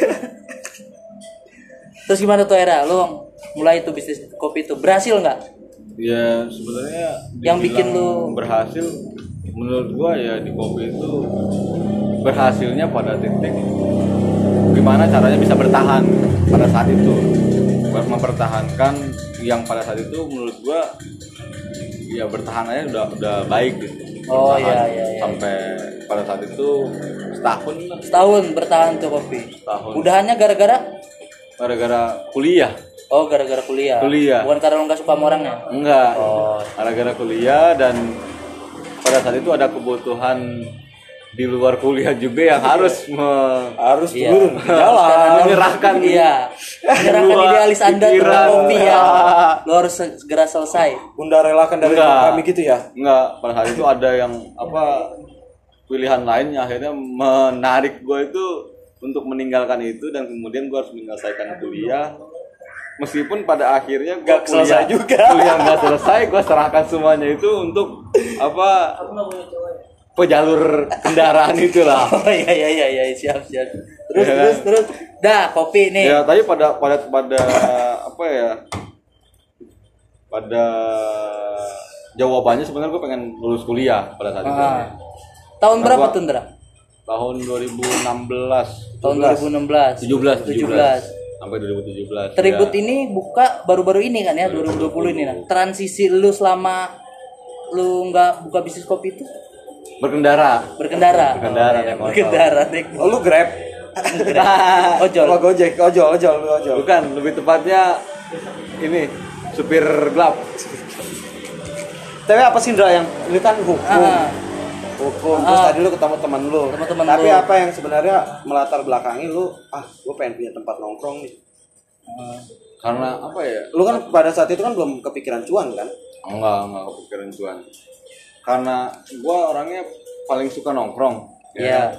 Terus gimana tuh Era? Lu mulai tuh bisnis kopi itu berhasil nggak? Ya sebenarnya Yang bikin dibilang lu- berhasil menurut gua ya di kopi itu berhasilnya pada titik gimana caranya bisa bertahan pada saat itu, buat mempertahankan yang pada saat itu menurut gua ya bertahanannya udah udah baik gitu. Oh, Bertahan iya, iya, iya. sampai pada saat itu setahun lah, Setahun bertahan tuh kopi. Setahun. Udahannya gara-gara? gara-gara kuliah. Oh gara-gara kuliah. Kuliah. Bukan karena lu nggak suka sama orangnya. Enggak. Oh. Gara-gara kuliah dan pada saat itu ada kebutuhan di luar kuliah juga yang harus me- Harus Iya. turun ke jalan. menyerahkan Iya. Menyerahkan Dua idealis Anda tentang pikiran. kopi ya. Lo harus segera selesai. Bunda relakan dari Enggak. kami gitu ya. Enggak, pada saat itu ada yang apa pilihan lain yang akhirnya menarik gue itu untuk meninggalkan itu dan kemudian gue harus menyelesaikan kuliah meskipun pada akhirnya gue Nggak selesai juga. kuliah nggak selesai gue serahkan semuanya itu untuk apa pejalur kendaraan itulah. Oh iya iya iya iya siap siap. Terus Iya, terus kan? terus. Dah kopi nih. Ya, tapi pada pada pada apa ya? pada jawabannya sebenarnya gue pengen lulus kuliah pada saat itu. Ah. Tahun Nah, berapa gua- tuh, Ndra? Tahun dua ribu enam belas. Tahun dua ribu enam belas. tujuh belas, tujuh belas. sampai dua ribu tujuh belas. Tribut ya. ini buka baru-baru ini kan ya, dua ribu dua puluh ini nah. Transisi lu selama lu nggak buka bisnis kopi itu Berkendara. berkendara. Berkendara, Oh, iya. naik motor. Berkendara naik Oh, lu Grab? ojol. Apa Gojek? Ojol, ojol, lu ojol. Bukan, lebih tepatnya ini supir gelap. Tapi apa sih Indra yang ini kan hukum. Ah. Hukum. Terus Ah. tadi lu ketemu teman lu. Teman-teman Tapi lu. apa yang sebenarnya melatar belakangi lu, ah, gue pengen punya tempat nongkrong nih. Karena apa ya? Lu kan pada saat itu kan belum kepikiran cuan kan? Enggak, enggak kepikiran cuan. Karena gua orangnya paling suka nongkrong. Iya.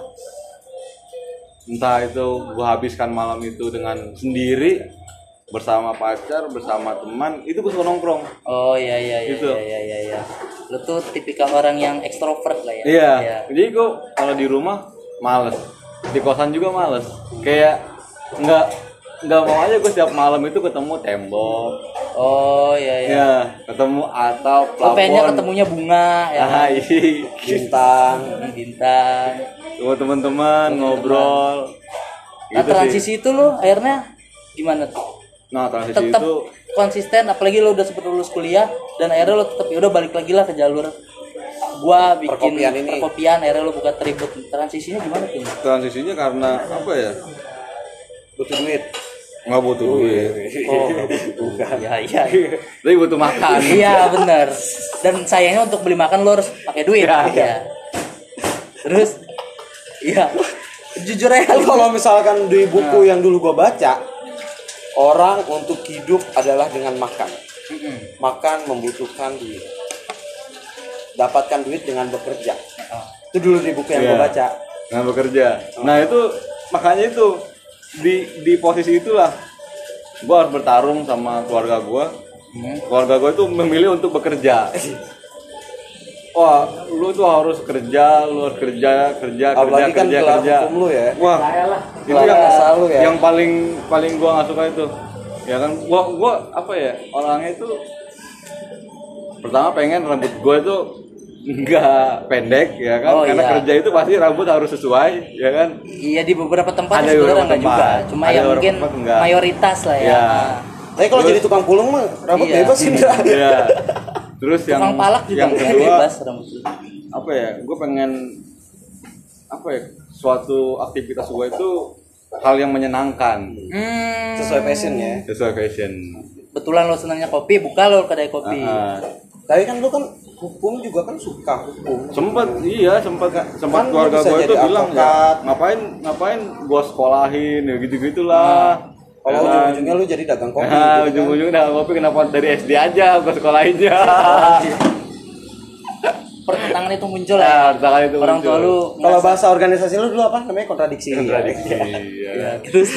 Entah itu gua habiskan malam itu dengan sendiri, bersama pacar, bersama teman, itu gua suka nongkrong. Oh iya iya iya Gitu. iya iya iya. Lu tuh tipikal orang yang ekstrovert lah ya. Iya. Iya. Jadi gua kalau di rumah males, di kosan juga males. Kayak nggak nggak mau aja gua setiap malam itu ketemu tembok. Oh iya iya. Ya, ketemu atap, Oh, pengennya plafon. ketemunya bunga ya. Ah, iya. Bintang. Hmm, bintang. Sama teman-teman ngobrol. Nah, Gitu sih. transisi itu lu akhirnya gimana tuh? Nah, transisi Tetap itu konsisten apalagi lu udah sempet lulus kuliah dan akhirnya lu tetap ya udah balik lagi lah ke jalur gua bikin Perkopian ini. perkopian, akhirnya lu buka Tribut. Transisinya gimana tuh? transisinya karena apa ya? Butuh duit. Nggak butuh duit. Oh, nggak butuh bukan. Iya iya. Tapi butuh makan. Iya benar. Dan sayangnya untuk beli makan lu harus pakai duit. Iya. Iya. Terus iya. Jujur aja Kan kalau misalkan di buku yang dulu gue baca, orang untuk hidup adalah dengan makan. Makan membutuhkan duit. Dapatkan duit dengan bekerja. Itu dulu di buku yang Iya. gue baca. Nggak bekerja. Nah itu makanya itu di di posisi itulah gue harus bertarung sama keluarga gue. Keluarga gue itu memilih untuk bekerja. Wah, lu tuh harus kerja, lu harus kerja, kerja, kerja, Apalagi kan kerja, gelar kerja. hukum lu ya. Wah, itu Gelar yang asal lu ya. yang paling paling gua nggak suka itu. Ya kan, gua gua apa ya orangnya itu pertama pengen rambut gua itu nggak pendek ya kan, Oh, karena iya. kerja itu pasti rambut harus sesuai ya kan. Iya di beberapa tempat Ada sebenarnya beberapa enggak juga. tempat. Cuma Ada yang beberapa mungkin tempat enggak. mayoritas lah ya. Iya. Tapi kalau Terus- jadi tukang pulung mah rambut Iya. bebas sih Indra. Iya. Terus yang Tukang palak juga yang kayak kedua bebas rambut. apa ya, gue pengen apa ya, suatu aktivitas gue itu hal yang menyenangkan Hmm. Sesuai passion ya. sesuai fashion. Betulan lo senangnya kopi, buka lo kedai kopi. Ah, Tapi kan lu kan hukum juga kan suka hukum. sempet iya sempet sempat Kan lu keluarga bisa gue itu jadi bilang ya advokat. ngapain ngapain gue sekolahin ya gitu gitulah. Kalau ujung-ujungnya lu jadi dagang kopi. Nah, gitu kan. ujung-ujungnya dagang kopi kenapa dari S D aja gue sekolahinnya. Pertentangan itu muncul Nah, ya. pertentangan itu Orang tua muncul. lu Kalau bahasa organisasi lu dulu apa namanya kontradiksi. Kontradiksi. Iya. Ya. terus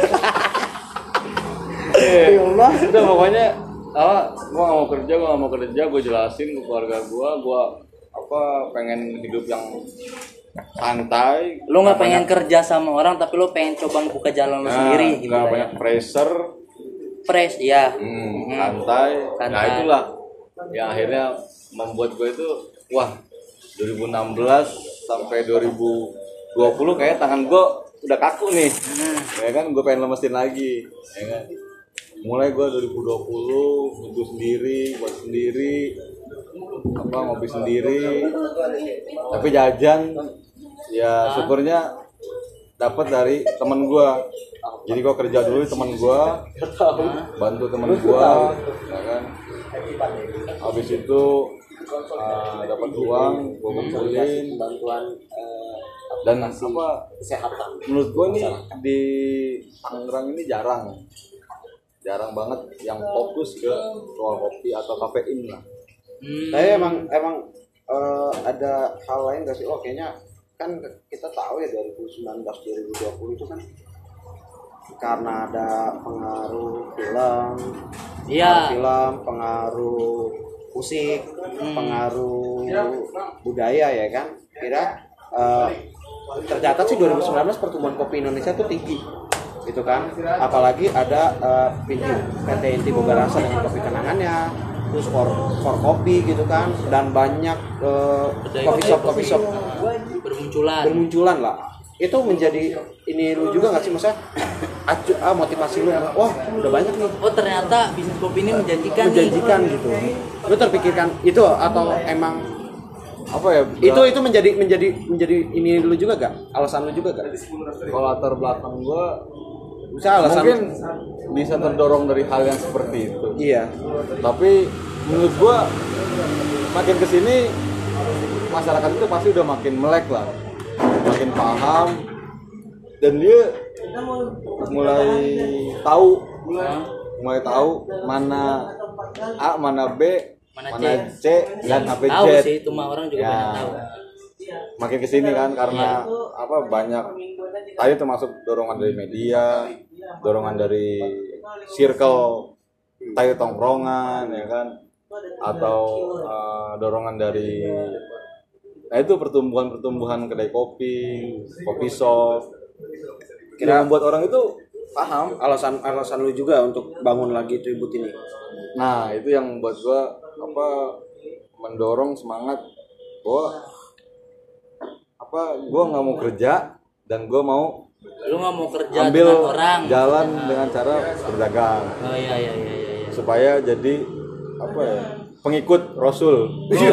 Ya Allah, udah pokoknya ah, gua nggak mau kerja, gua nggak mau kerja, gua jelasin ke keluarga gua, gua apa pengen hidup yang santai. lu nggak pengen kerja sama orang tapi lu pengen coba buka jalan lu nah, sendiri gitu nggak lah banyak ya. pressure, Fresh ya. hmm, santai. Nah Santai. itulah yang akhirnya membuat gua itu, wah dua ribu enam belas sampai dua ribu dua puluh kayak tangan gua udah kaku nih, ya kan, gua pengen lemesin lagi, ya kan. Mulai gue dua ribu dua puluh butuh sendiri, buat sendiri, apa ngopi sendiri, tapi jajan ya syukurnya dapat dari temen gue. Jadi gue kerja dulu di temen gue, bantu temen gue, ya kan. Habis itu uh, dapat uang, gue kumpulin, Bantuan eh, dan apa? kesehatan. Menurut gue nih di Tangerang ini jarang. jarang banget yang fokus ke soal kopi atau kafein lah. Hmm. Tapi emang emang eh, ada hal lain gak sih? Oh kayaknya kan kita tahu ya dua ribu sembilan belas dua ribu dua puluh itu kan karena ada pengaruh film, Iya. pengaruh film, pengaruh musik, pengaruh budaya ya kan. Kira eh, tercatat sih dua ribu sembilan belas pertumbuhan kopi Indonesia itu tinggi. Gitu kan, apalagi ada uh, P T Inti Boga Rasa dengan kopi kenangannya, terus for for kopi gitu kan, dan banyak uh, coffee shop coffee shop bermunculan bermunculan lah. Itu menjadi ini lu juga nggak sih, maksudnya acu, ah, motivasi lu, wah udah banyak nih, oh ternyata bisnis kopi ini menjanjikan menjanjikan nih. gitu. Lu terpikirkan itu atau emang Apa ya? itu itu menjadi menjadi menjadi ini lu juga gak, alasan lu juga gak? Kalau latar belakang gua Bisa alasan mungkin bisa terdorong dari hal yang seperti itu. iya. Tapi menurut gua makin kesini masyarakat itu pasti udah makin melek lah, makin paham, dan dia mulai tahu, mulai tahu mana A, mana B, Mana mana C. C, dan sampai Tahu Z. sih itu mah orang juga Ya. banyak tahu. Makin kesini kan karena apa banyak tadi termasuk dorongan dari media, dorongan dari circle tayo tongkrongan ya kan, atau uh, dorongan dari nah itu pertumbuhan-pertumbuhan kedai kopi, kopi shop, kira membuat orang itu paham. alasan alasan lu juga untuk bangun lagi tribut ini. Nah itu yang buat gua apa mendorong semangat gua apa gua nggak mau kerja dan gua mau Lu nggak mau kerja ambil dengan orang jalan maksudnya. dengan cara berdagang Oh iya iya iya iya. iya. supaya jadi apa ya pengikut Rasul.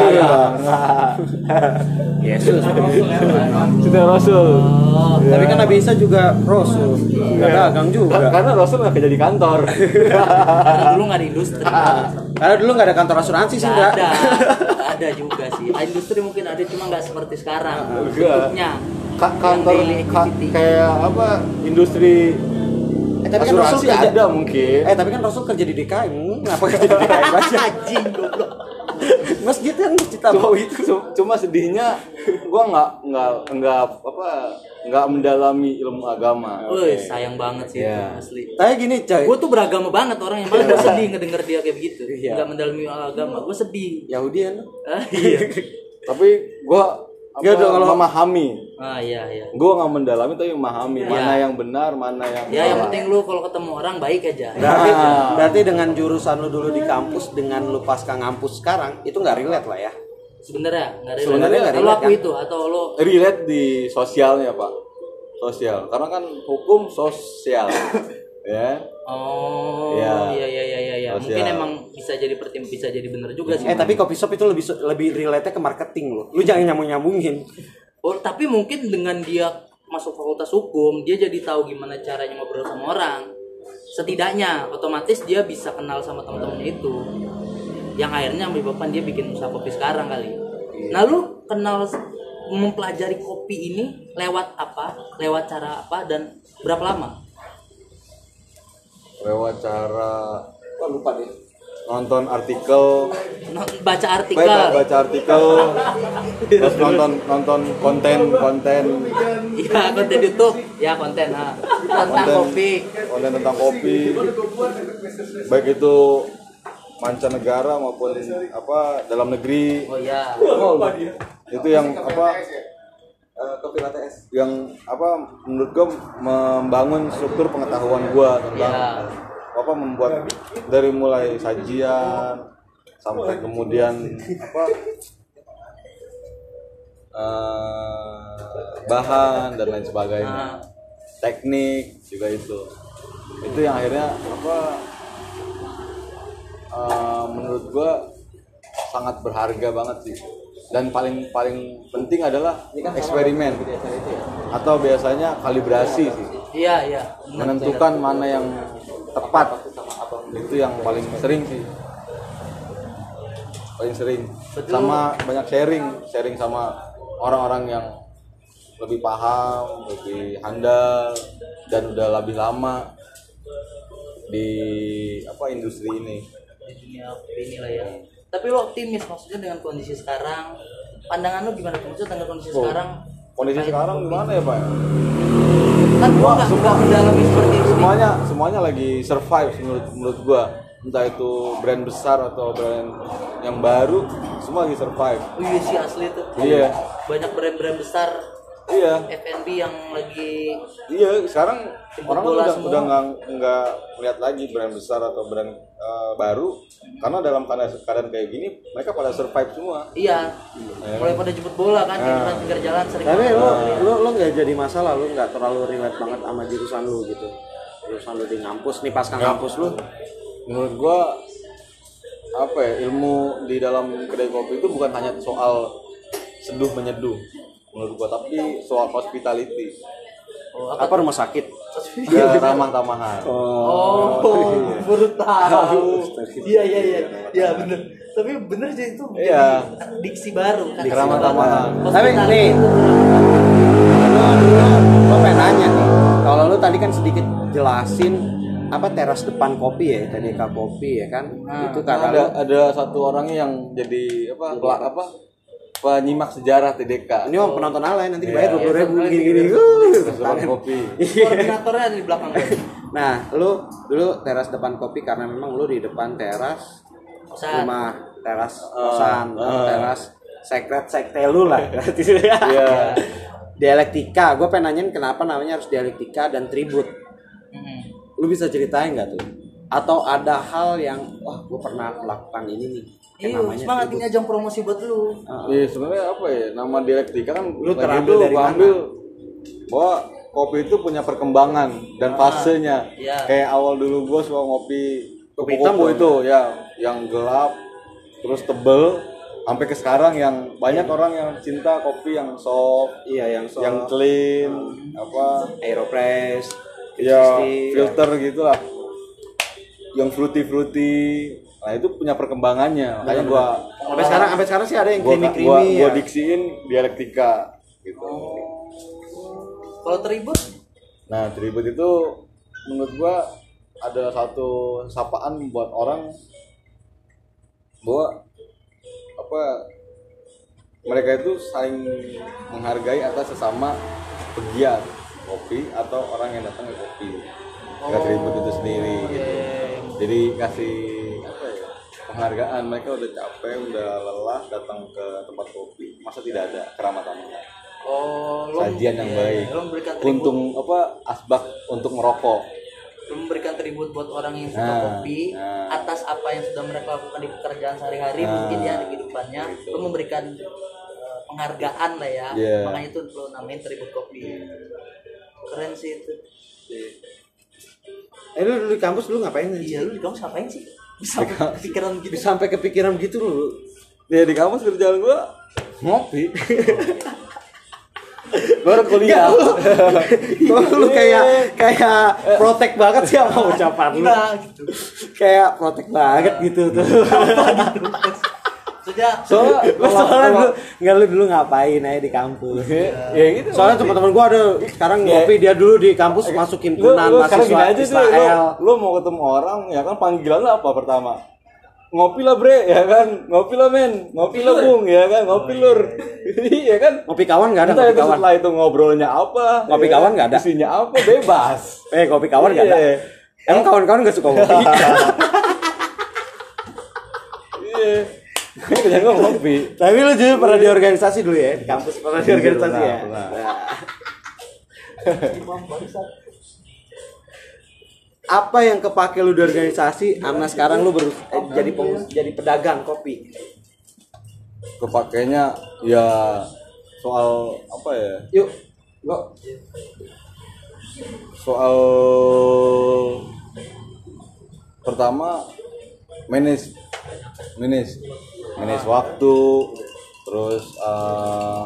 Yesus. Sudah Rasul. Oh, Tapi kan Nabi Isa juga Rasul, nggak dagang juga. Karena Rasul nggak kerja di kantor. karena dulu nggak ada industri. Karena dulu nggak ada kantor asuransi sih, Nggak nggak. ada, nggak ada juga sih. Industri mungkin ada cuma nggak seperti sekarang. Enggak. Bentuknya. Ka- kantor Yang daily ka- activity. kayak apa industri Eh, tapi kan Rasul asuransi kerja, ada mungkin. eh tapi kan Rasul kerja di D K I, hmm, kenapa kerja di D K I banyak? Anjing goblok. Masjid kan kita Cuma, mau itu. cu- cuma sedihnya gua nggak nggak nggak apa nggak mendalami ilmu agama. Woi, sayang banget sih Iya. itu asli. Kayak gini coy, Gue tuh beragama banget orang yang malah gue sedih ngedenger dia kayak begitu. Iya. Nggak mendalami agama, gue sedih. Yahudian. Ah, iya. Tapi gua apa, Ya udah, kalau- memahami. Ah iya iya. Gua nggak mendalami tapi memahami Iya. mana yang benar, mana yang Ya yang salah. penting lu kalau ketemu orang baik aja. Berarti, Nah. berarti dengan jurusan lu dulu di kampus dengan lu pasca ngampus sekarang itu nggak relate lah ya. Sebenarnya nggak relate. Sebenarnya nggak Lu relate, aku kan? itu atau lo relate di sosialnya pak, sosial karena kan hukum sosial ya. oh Iya. iya iya iya iya. iya. Sosial. Mungkin emang bisa jadi pertim bisa jadi bener juga sih. Eh tapi coffee shop itu lebih lebih relate ke marketing lu. Lu jangan nyambung nyambungin. Oh, tapi mungkin dengan dia masuk fakultas hukum, dia jadi tahu gimana caranya ngobrol sama orang. Setidaknya otomatis dia bisa kenal sama teman-temannya itu. Yang akhirnya menyebabkan dia bikin usaha kopi sekarang kali. Nah, lu kenal mempelajari kopi ini lewat apa? Lewat cara apa dan berapa lama? Lewat cara Wah lupa deh. nonton artikel, No- Baca artikel. baca, baca artikel, terus nonton nonton konten konten Iya, konten YouTube. Ya, konten ah. Tentang konten kopi. konten tentang kopi, baik itu mancanegara maupun apa dalam negeri. Oh iya. Itu yang apa Kopi latte es. yang apa menurut gue membangun struktur pengetahuan gue tentang Iya. apa membuat dari mulai sajian sampai kemudian apa eh, bahan dan lain sebagainya, Ah. teknik juga itu itu yang akhirnya apa eh, menurut gue sangat berharga banget sih. Dan paling paling penting adalah eksperimen atau biasanya kalibrasi sih, Iya, iya. Benar, menentukan mana yang tepat. Itu yang paling sering sih, paling sering. Betul. Sama banyak sharing sharing sama orang-orang yang lebih paham, lebih handal, dan udah lebih lama di apa industri ini. di dunia kopi ini lah ya. Tapi lo optimis maksudnya dengan kondisi sekarang? Pandangan lo gimana? Maksudnya dengan kondisi Oh, sekarang? Kondisi terkait sekarang kopi? gimana ya Pak? Kan gua Semua- nggak semua- nggak mendalami seperti itu. Semuanya semuanya lagi survive menurut menurut gua. Entah itu brand besar atau brand yang baru, semua lagi survive. Oh iya sih asli tuh. Iya. Banyak brand-brand besar Iya. F and B yang lagi Iya, sekarang Jemput orang kan bola udah semua. udah nggak nggak melihat lagi brand besar atau brand uh, baru karena dalam keadaan, keadaan kayak gini mereka pada survive semua. iya mulai pada jemput bola kan di Nah. pinggir jalan sering Tapi banget. lo lo lo nggak jadi masalah, lo nggak terlalu relate banget sama jurusan lo gitu. Jurusan lo di kampus nih pas kan kampus lo. Menurut gua apa ya, ilmu di dalam kedai kopi itu bukan hanya soal seduh menyeduh menurut gua, tapi soal hospitality. Oh, apa? Apa rumah sakit? Ya, ramah tamahan. Oh, baru tahu. Iya iya iya. Iya bener. Tapi bener sih itu menjadi Iya. diksi baru kan. Ramah tamahan. Tapi nih, lo lo lo pengen nanya nih. Kalau lo tadi kan sedikit jelasin apa teras depan kopi ya, T D K kopi ya kan? Nah, Itu karena Ada lo ada satu orang yang jadi apa pela- apa penyimak sejarah T D K. ini mau penonton alay nanti dibayar Iya. dua puluh ribu Iya, gini-gini. Terus depan kopi. Koordinatornya ada di belakang gue. Nah, lu dulu teras depan kopi karena memang lu di depan teras Kosan. rumah, teras kosan, uh. teras secret sekte lu lah. Iya. Dialektika, gue pengen nanyain kenapa namanya harus dialektika dan tribut. Hmm. Lu bisa ceritain nggak tuh? Atau ada hal yang wah gue pernah melakukan ini nih? Iya, Namanya semangat tribut. ini ajang promosi buat lu. Iya, sebenarnya apa ya? Nama dialektika kan Lu lagi terambil tuh dari gua mana? ambil bahwa kopi itu punya perkembangan dan fasenya. iya. Kayak awal dulu gua suka ngopi Kopi hitam kupu-kupu dong. itu ya, yang gelap terus tebel sampai ke sekarang yang banyak orang yang cinta kopi yang soft, Iya, yang so, yang clean, apa Aeropress, ya sixty, filter gitulah. Yang fruity-fruity. Nah, itu punya perkembangannya. Makanya gua sampai sekarang sampai sekarang sih ada yang gua, creamy gua, creamy gua ya. diksiin dialektika gitu. Kalau tribut Nah, tribut itu menurut gua ada satu sapaan buat orang bahwa apa mereka itu saling menghargai atas sesama pegiat kopi atau orang yang datang ke kopi. Ke tribut itu sendiri gitu. Jadi kasih apa ya? Penghargaan, mereka udah capek, udah lelah datang ke tempat kopi, masa tidak ada keramah tamahan, oh lo sajian yang iya, baik, lo memberikan tribut, untung apa asbak untuk merokok. lo memberikan tribut buat orang yang suka Nah, kopi nah. atas apa yang sudah mereka lakukan di pekerjaan sehari-hari Nah, mungkin ya di kehidupannya. gitu. Lo memberikan uh, penghargaan lah ya. Iya. Makanya itu lo namain tribut kopi. Keren sih itu. Eh lu dulu di kampus lu ngapain sih? Iya, lu di kampus ngapain sih? Bisa pikiran gitu. Bisa sampai kepikiran gitu lu. Ya di kampus kerjaan gua ngopi. Baru kuliah. Kok lu kayak kayak protek banget sih sama ucapan lu. Enggak gitu. Kayak protek banget gitu tuh. Maksudnya Soalnya Lu soalnya dulu enggak lu dulu ngapain aja di kampus. ya gitu. Soalnya teman-teman gua ada sekarang ngopi dia dulu di kampus masukin lu, punan lu sekarang gini mahasiswa aja sih, Israel. lu, lu mau ketemu orang ya kan panggilan lu apa pertama? Ngopi lah bre, ya kan? Ngopi lah men, ngopi lah bung, ya kan? Ngopi lur, iya kan? Ngopi kawan enggak ada Entah ngopi itu kawan. setelah itu ngobrolnya apa, Ngopi ya kawan kan? nggak ada? Isinya apa bebas. Eh ngopi kawan enggak ada. Iya. Emang kawan-kawan enggak suka ngopi? Iya. Kerjaan gua ngopi. Tapi lu juga pernah di organisasi dulu ya, di kampus pernah di organisasi Pernah, ya. pernah. Apa yang kepake lu di organisasi, sama sekarang lu baru eh, jadi pengus- jadi pedagang kopi. Kepakainya ya soal apa ya? Yuk, gua Soal pertama manage manage manage waktu, terus uh,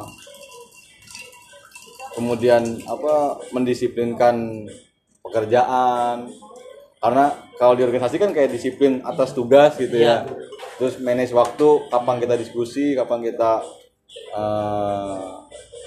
kemudian apa mendisiplinkan pekerjaan, karena kalau di organisasi kan kayak disiplin atas tugas gitu ya. Terus manage waktu, kapan kita diskusi, kapan kita uh,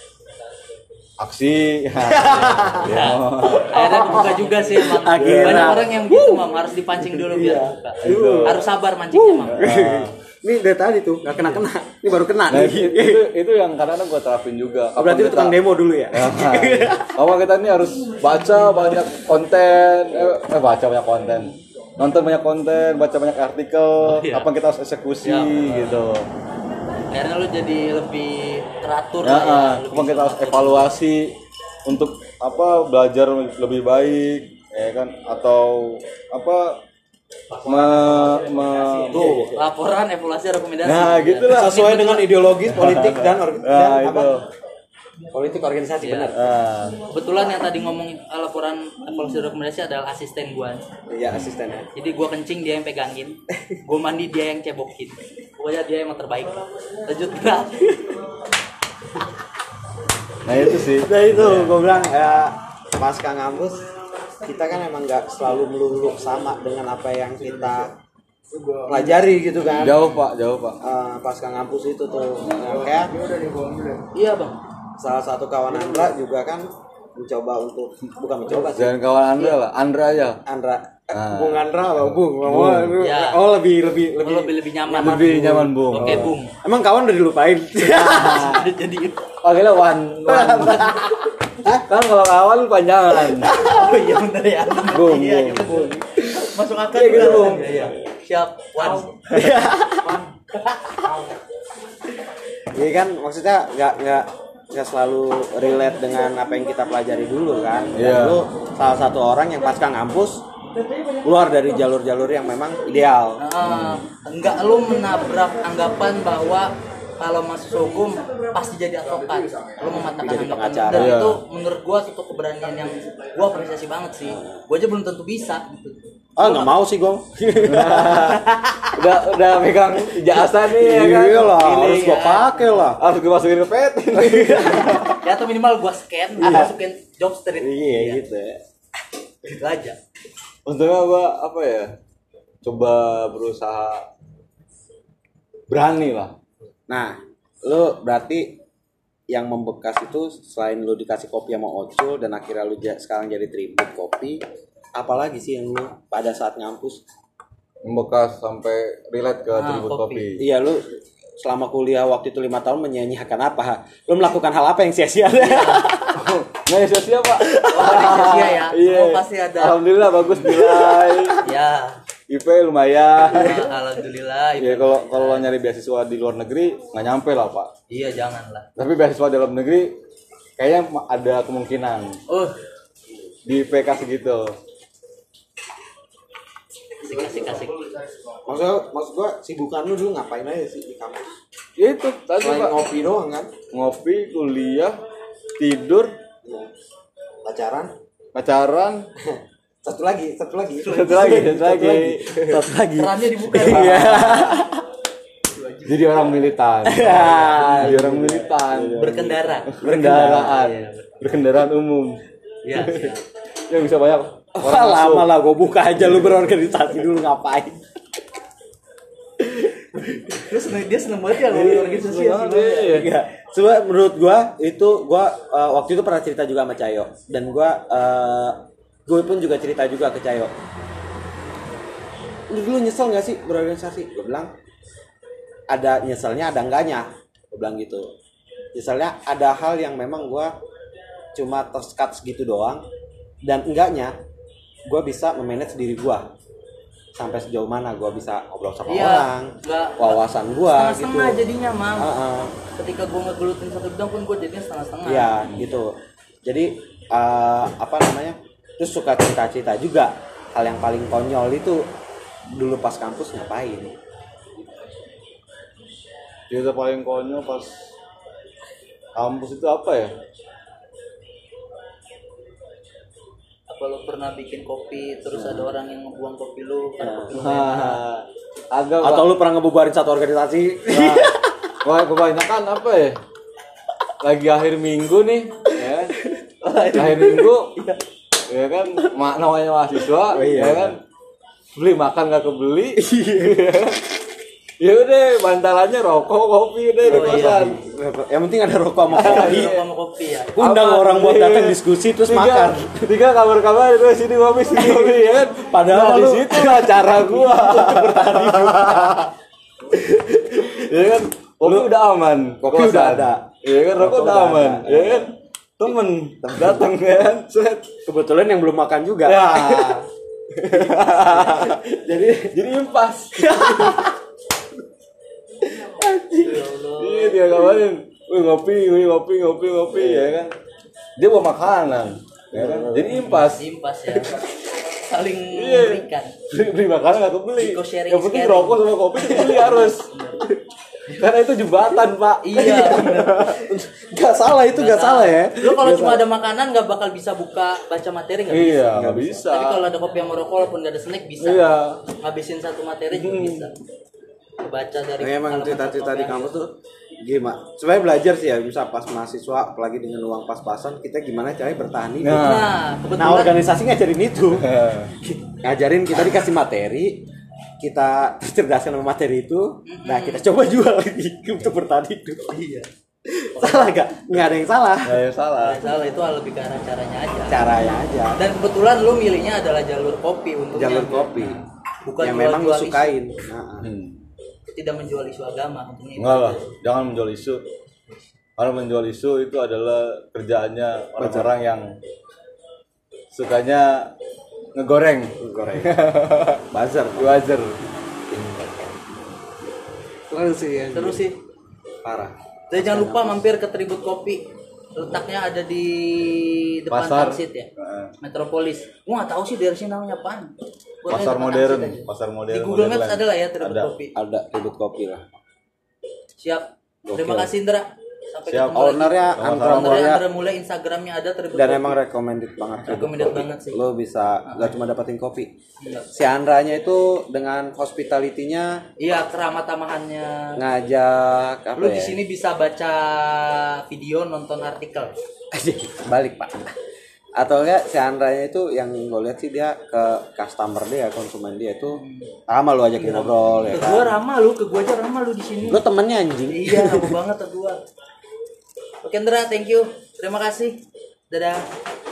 aksi. Ya. akhirnya kebuka juga sih emang. Akhirnya. Banyak orang yang gitu mam harus dipancing dulu biar kebuka. Itu. Harus sabar mancingnya mam. Ini dari tadi tuh nggak kena kena, ini baru kena. Nah, nih. itu, itu, itu yang kadang-kadang gue terapin juga. Oh, berarti lu Kapan tukang kita- demo dulu ya? Kapan kita ini harus baca banyak konten, eh, eh baca banyak konten, nonton banyak konten, baca banyak artikel, iya. kapan kita harus eksekusi gitu. akhirnya lu jadi lebih teratur Ya, lah ya, ah, lebih cuma kita harus evaluasi untuk apa belajar lebih baik, ya kan? Atau apa? Me, me- tuh laporan evaluasi rekomendasi. Nah, gitulah. Sesuai dengan ideologis politik dan, or- Nah, dan itu. apa? Politik organisasi Iya. benar. Ah, Kebetulan yang tadi ngomong eh, laporan evaluasi rekomendasi adalah asisten gua. Iya, asistennya. Jadi gua kencing dia yang pegangin, gua mandi dia yang cebokin. Pokoknya dia emang terbaik. Lanjut gerak. nah itu sih. Nah itu gue bilang ya pasca ngampus kita kan emang nggak selalu melulu sama dengan apa yang kita pelajari gitu kan. Jauh pak, jauh pak. Eh, pasca ngampus itu tuh nah, kayak Iya bang. salah satu kawan Andra juga kan mencoba untuk bukan mencoba sih Jangan kawan Andra lah, Andra aja. Andra eh, Ah. Bung Andra apa Bung? Bung. Oh, Ya. oh lebih lebih Lebih lebih lebih, lebih nyaman. Lebih nyaman Bung. Oke bung. emang kawan udah dilupain. Udah jadi. Panggilnya Wan. Wan. Kan kalau kawan panjangan. Oh iya bener ya. Bung, Iya, iya, Bung. betul. Masuk akal Iya, gitu, juga. Bung. Iya, iya. Siap. Wan. Iya kan maksudnya nggak nggak nggak selalu relate dengan apa yang kita pelajari dulu kan. Dan Iya. lu salah satu orang yang pasca ngampus keluar dari jalur-jalur yang memang ideal. Nah, enggak lu menabrak anggapan bahwa kalau masuk hukum pasti jadi advokat, lu mematahkan Jadi anggapan pengacara. dan Iya. itu menurut gua suatu keberanian yang gua apresiasi banget sih. Gua aja belum tentu bisa gitu. Ah nggak mau sih gue. udah udah megang ijazah nih ya kan. Iya lah, Pilih, harus gue ya. pakai lah. Harus gue masukin ke pet. Ya atau minimal gua scan, masukin job street. Iya gitu ya. Gitu aja. Untungnya gue apa ya? Coba berusaha berani lah. Nah, lu berarti yang membekas itu selain lu dikasih kopi sama Ocul dan akhirnya lu ja- sekarang jadi tribute kopi, apalagi sih yang lu pada saat ngampus? Membekas sampai relate ke Ah, tribute kopi. kopi. Iya lu selama kuliah waktu itu lima tahun menyanyiakan apa? Lu melakukan hal apa yang sia-sia? Nggak sia-sia pak. Oh, di sia-sia ya. Iya. Oh, pasti ada. Alhamdulillah bagus nilai. Ya. I P lumayan. Nah, alhamdulillah. Ya kalau kalau lo nyari beasiswa di luar negeri nggak nyampe lah pak. Iya, janganlah. Tapi beasiswa dalam negeri kayaknya ma- ada kemungkinan Oh, di I P K segitu. asik asik asik. Maksudnya, maksud gua sibukan lu dulu ngapain aja sih di kampus? Ya itu tadi Selain pak. ngopi doang kan? Ngopi, kuliah, tidur, Nah, pacaran. pacaran, Satu lagi, satu lagi. satu lagi, satu lagi, Satu lagi. Kerannya dibuka. Iya. jadi orang militan. Iya. Jadi orang militan. Berkendara. Berkendaraan, Iya, berkendaraan umum. Iya. iya. Yang bisa banyak Wah, lama lah gue buka aja lu berorganisasi dulu ngapain? Dia seneng, dia seneng banget ya kalau organisasi ya. Iya. Coba menurut gua itu gua uh, waktu itu pernah cerita juga sama Cayo dan gua uh, gue pun juga cerita juga ke Cayo. Lu dulu nyesel nggak sih berorganisasi? Gue bilang ada nyeselnya, ada enggaknya. Gue bilang gitu. Nyeselnya ada hal yang memang gua cuma tersekat segitu doang dan enggaknya gua bisa memanage diri gua sampai sejauh mana gua bisa ngobrol sama Iya, orang, nggak- wawasan gua gitu. Setengah-setengah jadinya, Mam. Heeh. Ketika gue ngegelutin satu bidang pun gue jadinya setengah-setengah. Iya gitu. Jadi uh, apa namanya? Terus suka cerita-cerita juga. Hal yang paling konyol itu dulu pas kampus ngapain? Cerita paling konyol pas kampus itu apa ya? Apa lo pernah bikin kopi terus ada orang yang ngebuang kopi lu karena kopi lu enak? Hah, agak Atau lu pernah ngebubarin satu organisasi? Nah, wah kebanyakan apa ya? Lagi akhir minggu nih, ya. Akhir minggu, ya kan, ma- namanya mahasiswa, Oh, iya. ya kan, beli makan nggak kebeli, ya udah bantalannya rokok, kopi udah di Oh, iya. kosan. Yang penting ada rokok sama kopi. Rokok sama kopi ya. Undang Apa? orang buat Iya. datang diskusi terus Tiga- makan. Tiga kabar-kabar itu sini kopi, sini kopi, ya kan. Padahal nah, di lu- situ lah cara gua. Ya kan, kopi udah aman, Kopi kosan. udah ada. Ya kan, rokok Rokok udah udah aman, ada. ya kan. Temen datang kan, set. Kebetulan yang belum makan juga. Ya. Jadi Jadi impas. Iya dia kabarin, wih ngopi, wih ngopi, ngopi, ngopi ya kan. Dia bawa makanan, ya kan. Jadi impas. Impas ya. Saling Iya. memberikan. Beli, beli makanan nggak kebeli. Eco sharing, Yang penting sharing. rokok sama kopi dibeli harus. Karena itu jembatan pak. Iya. bener. Gak salah itu gak salah ya. Lu kalau cuma ada makanan nggak bakal bisa buka baca materi nggak bisa. Iya nggak bisa. Tapi kalau ada kopi sama rokok walaupun nggak ada snack bisa. Iya. Ngabisin satu materi juga bisa. Baca dari Nah, emang halaman cerita-cerita satu di sampai kampus tuh gimana? Sebenarnya belajar sih ya, bisa pas mahasiswa apalagi dengan uang pas-pasan kita gimana caranya bertahan hidup. Nah. Nah, Nah, kebetulan organisasi ngajarin itu. Ngajarin kita dikasih materi, kita tercerdaskan sama materi itu, nah kita coba jual lagi untuk bertahan hidup. iya. Salah gak? Nggak ada yang salah. Nggak ada yang salah. Nggak salah itu hal lebih ke arah caranya aja. Caranya aja. Dan kebetulan lu milihnya adalah jalur kopi untuk Jalur kopi. Bukan yang jual- memang lu jual isu. sukain. Nah, Hmm. Tidak menjual isu agama untuk ini. Enggak lah, jangan menjual isu. Karena menjual isu itu adalah kerjaannya orang-orang yang sukanya ngegoreng, goreng. Buzzer. buzzer. Terus sih yang Terus sih. parah. Dan jangan lupa mampir ke Tribut Kopi. Letaknya ada di depan Pasar. Transit ya. Heeh. Metropolis. Gua nggak tahu sih daerah sini namanya apaan. Gua tahu Pasar depan modern, Transit aja. pasar modern. Di Google Maps modern. ada lah ya Tribut Ada. Kopi. Ada ribut kopi lah. Siap. Terima Gokil. kasih Indra. Sampai Siap. ketemu lagi. Ownernya Sama-sama. Andra Ownernya Mulya Andra mulai Instagramnya ada Tribut dan Kopi. emang recommended banget. Ribut Recommended Kopi. banget sih. Lo bisa gak cuma dapetin kopi. Iya. Si Andranya itu dengan hospitality-nya Iya, keramah tamahannya. ngajak apa Lu ya? di sini bisa baca video, nonton artikel. Balik pak. Atau enggak si Andranya itu yang gue lihat sih dia ke customer dia, konsumen dia itu ramah lu ajakin ngobrol ya Ke gua kan. ramah lu, ke gua aja ramah lu di sini. Lu temennya anjing. Iya, ramah banget ke gua. Oke, Indra, thank you. Terima kasih. Dadah.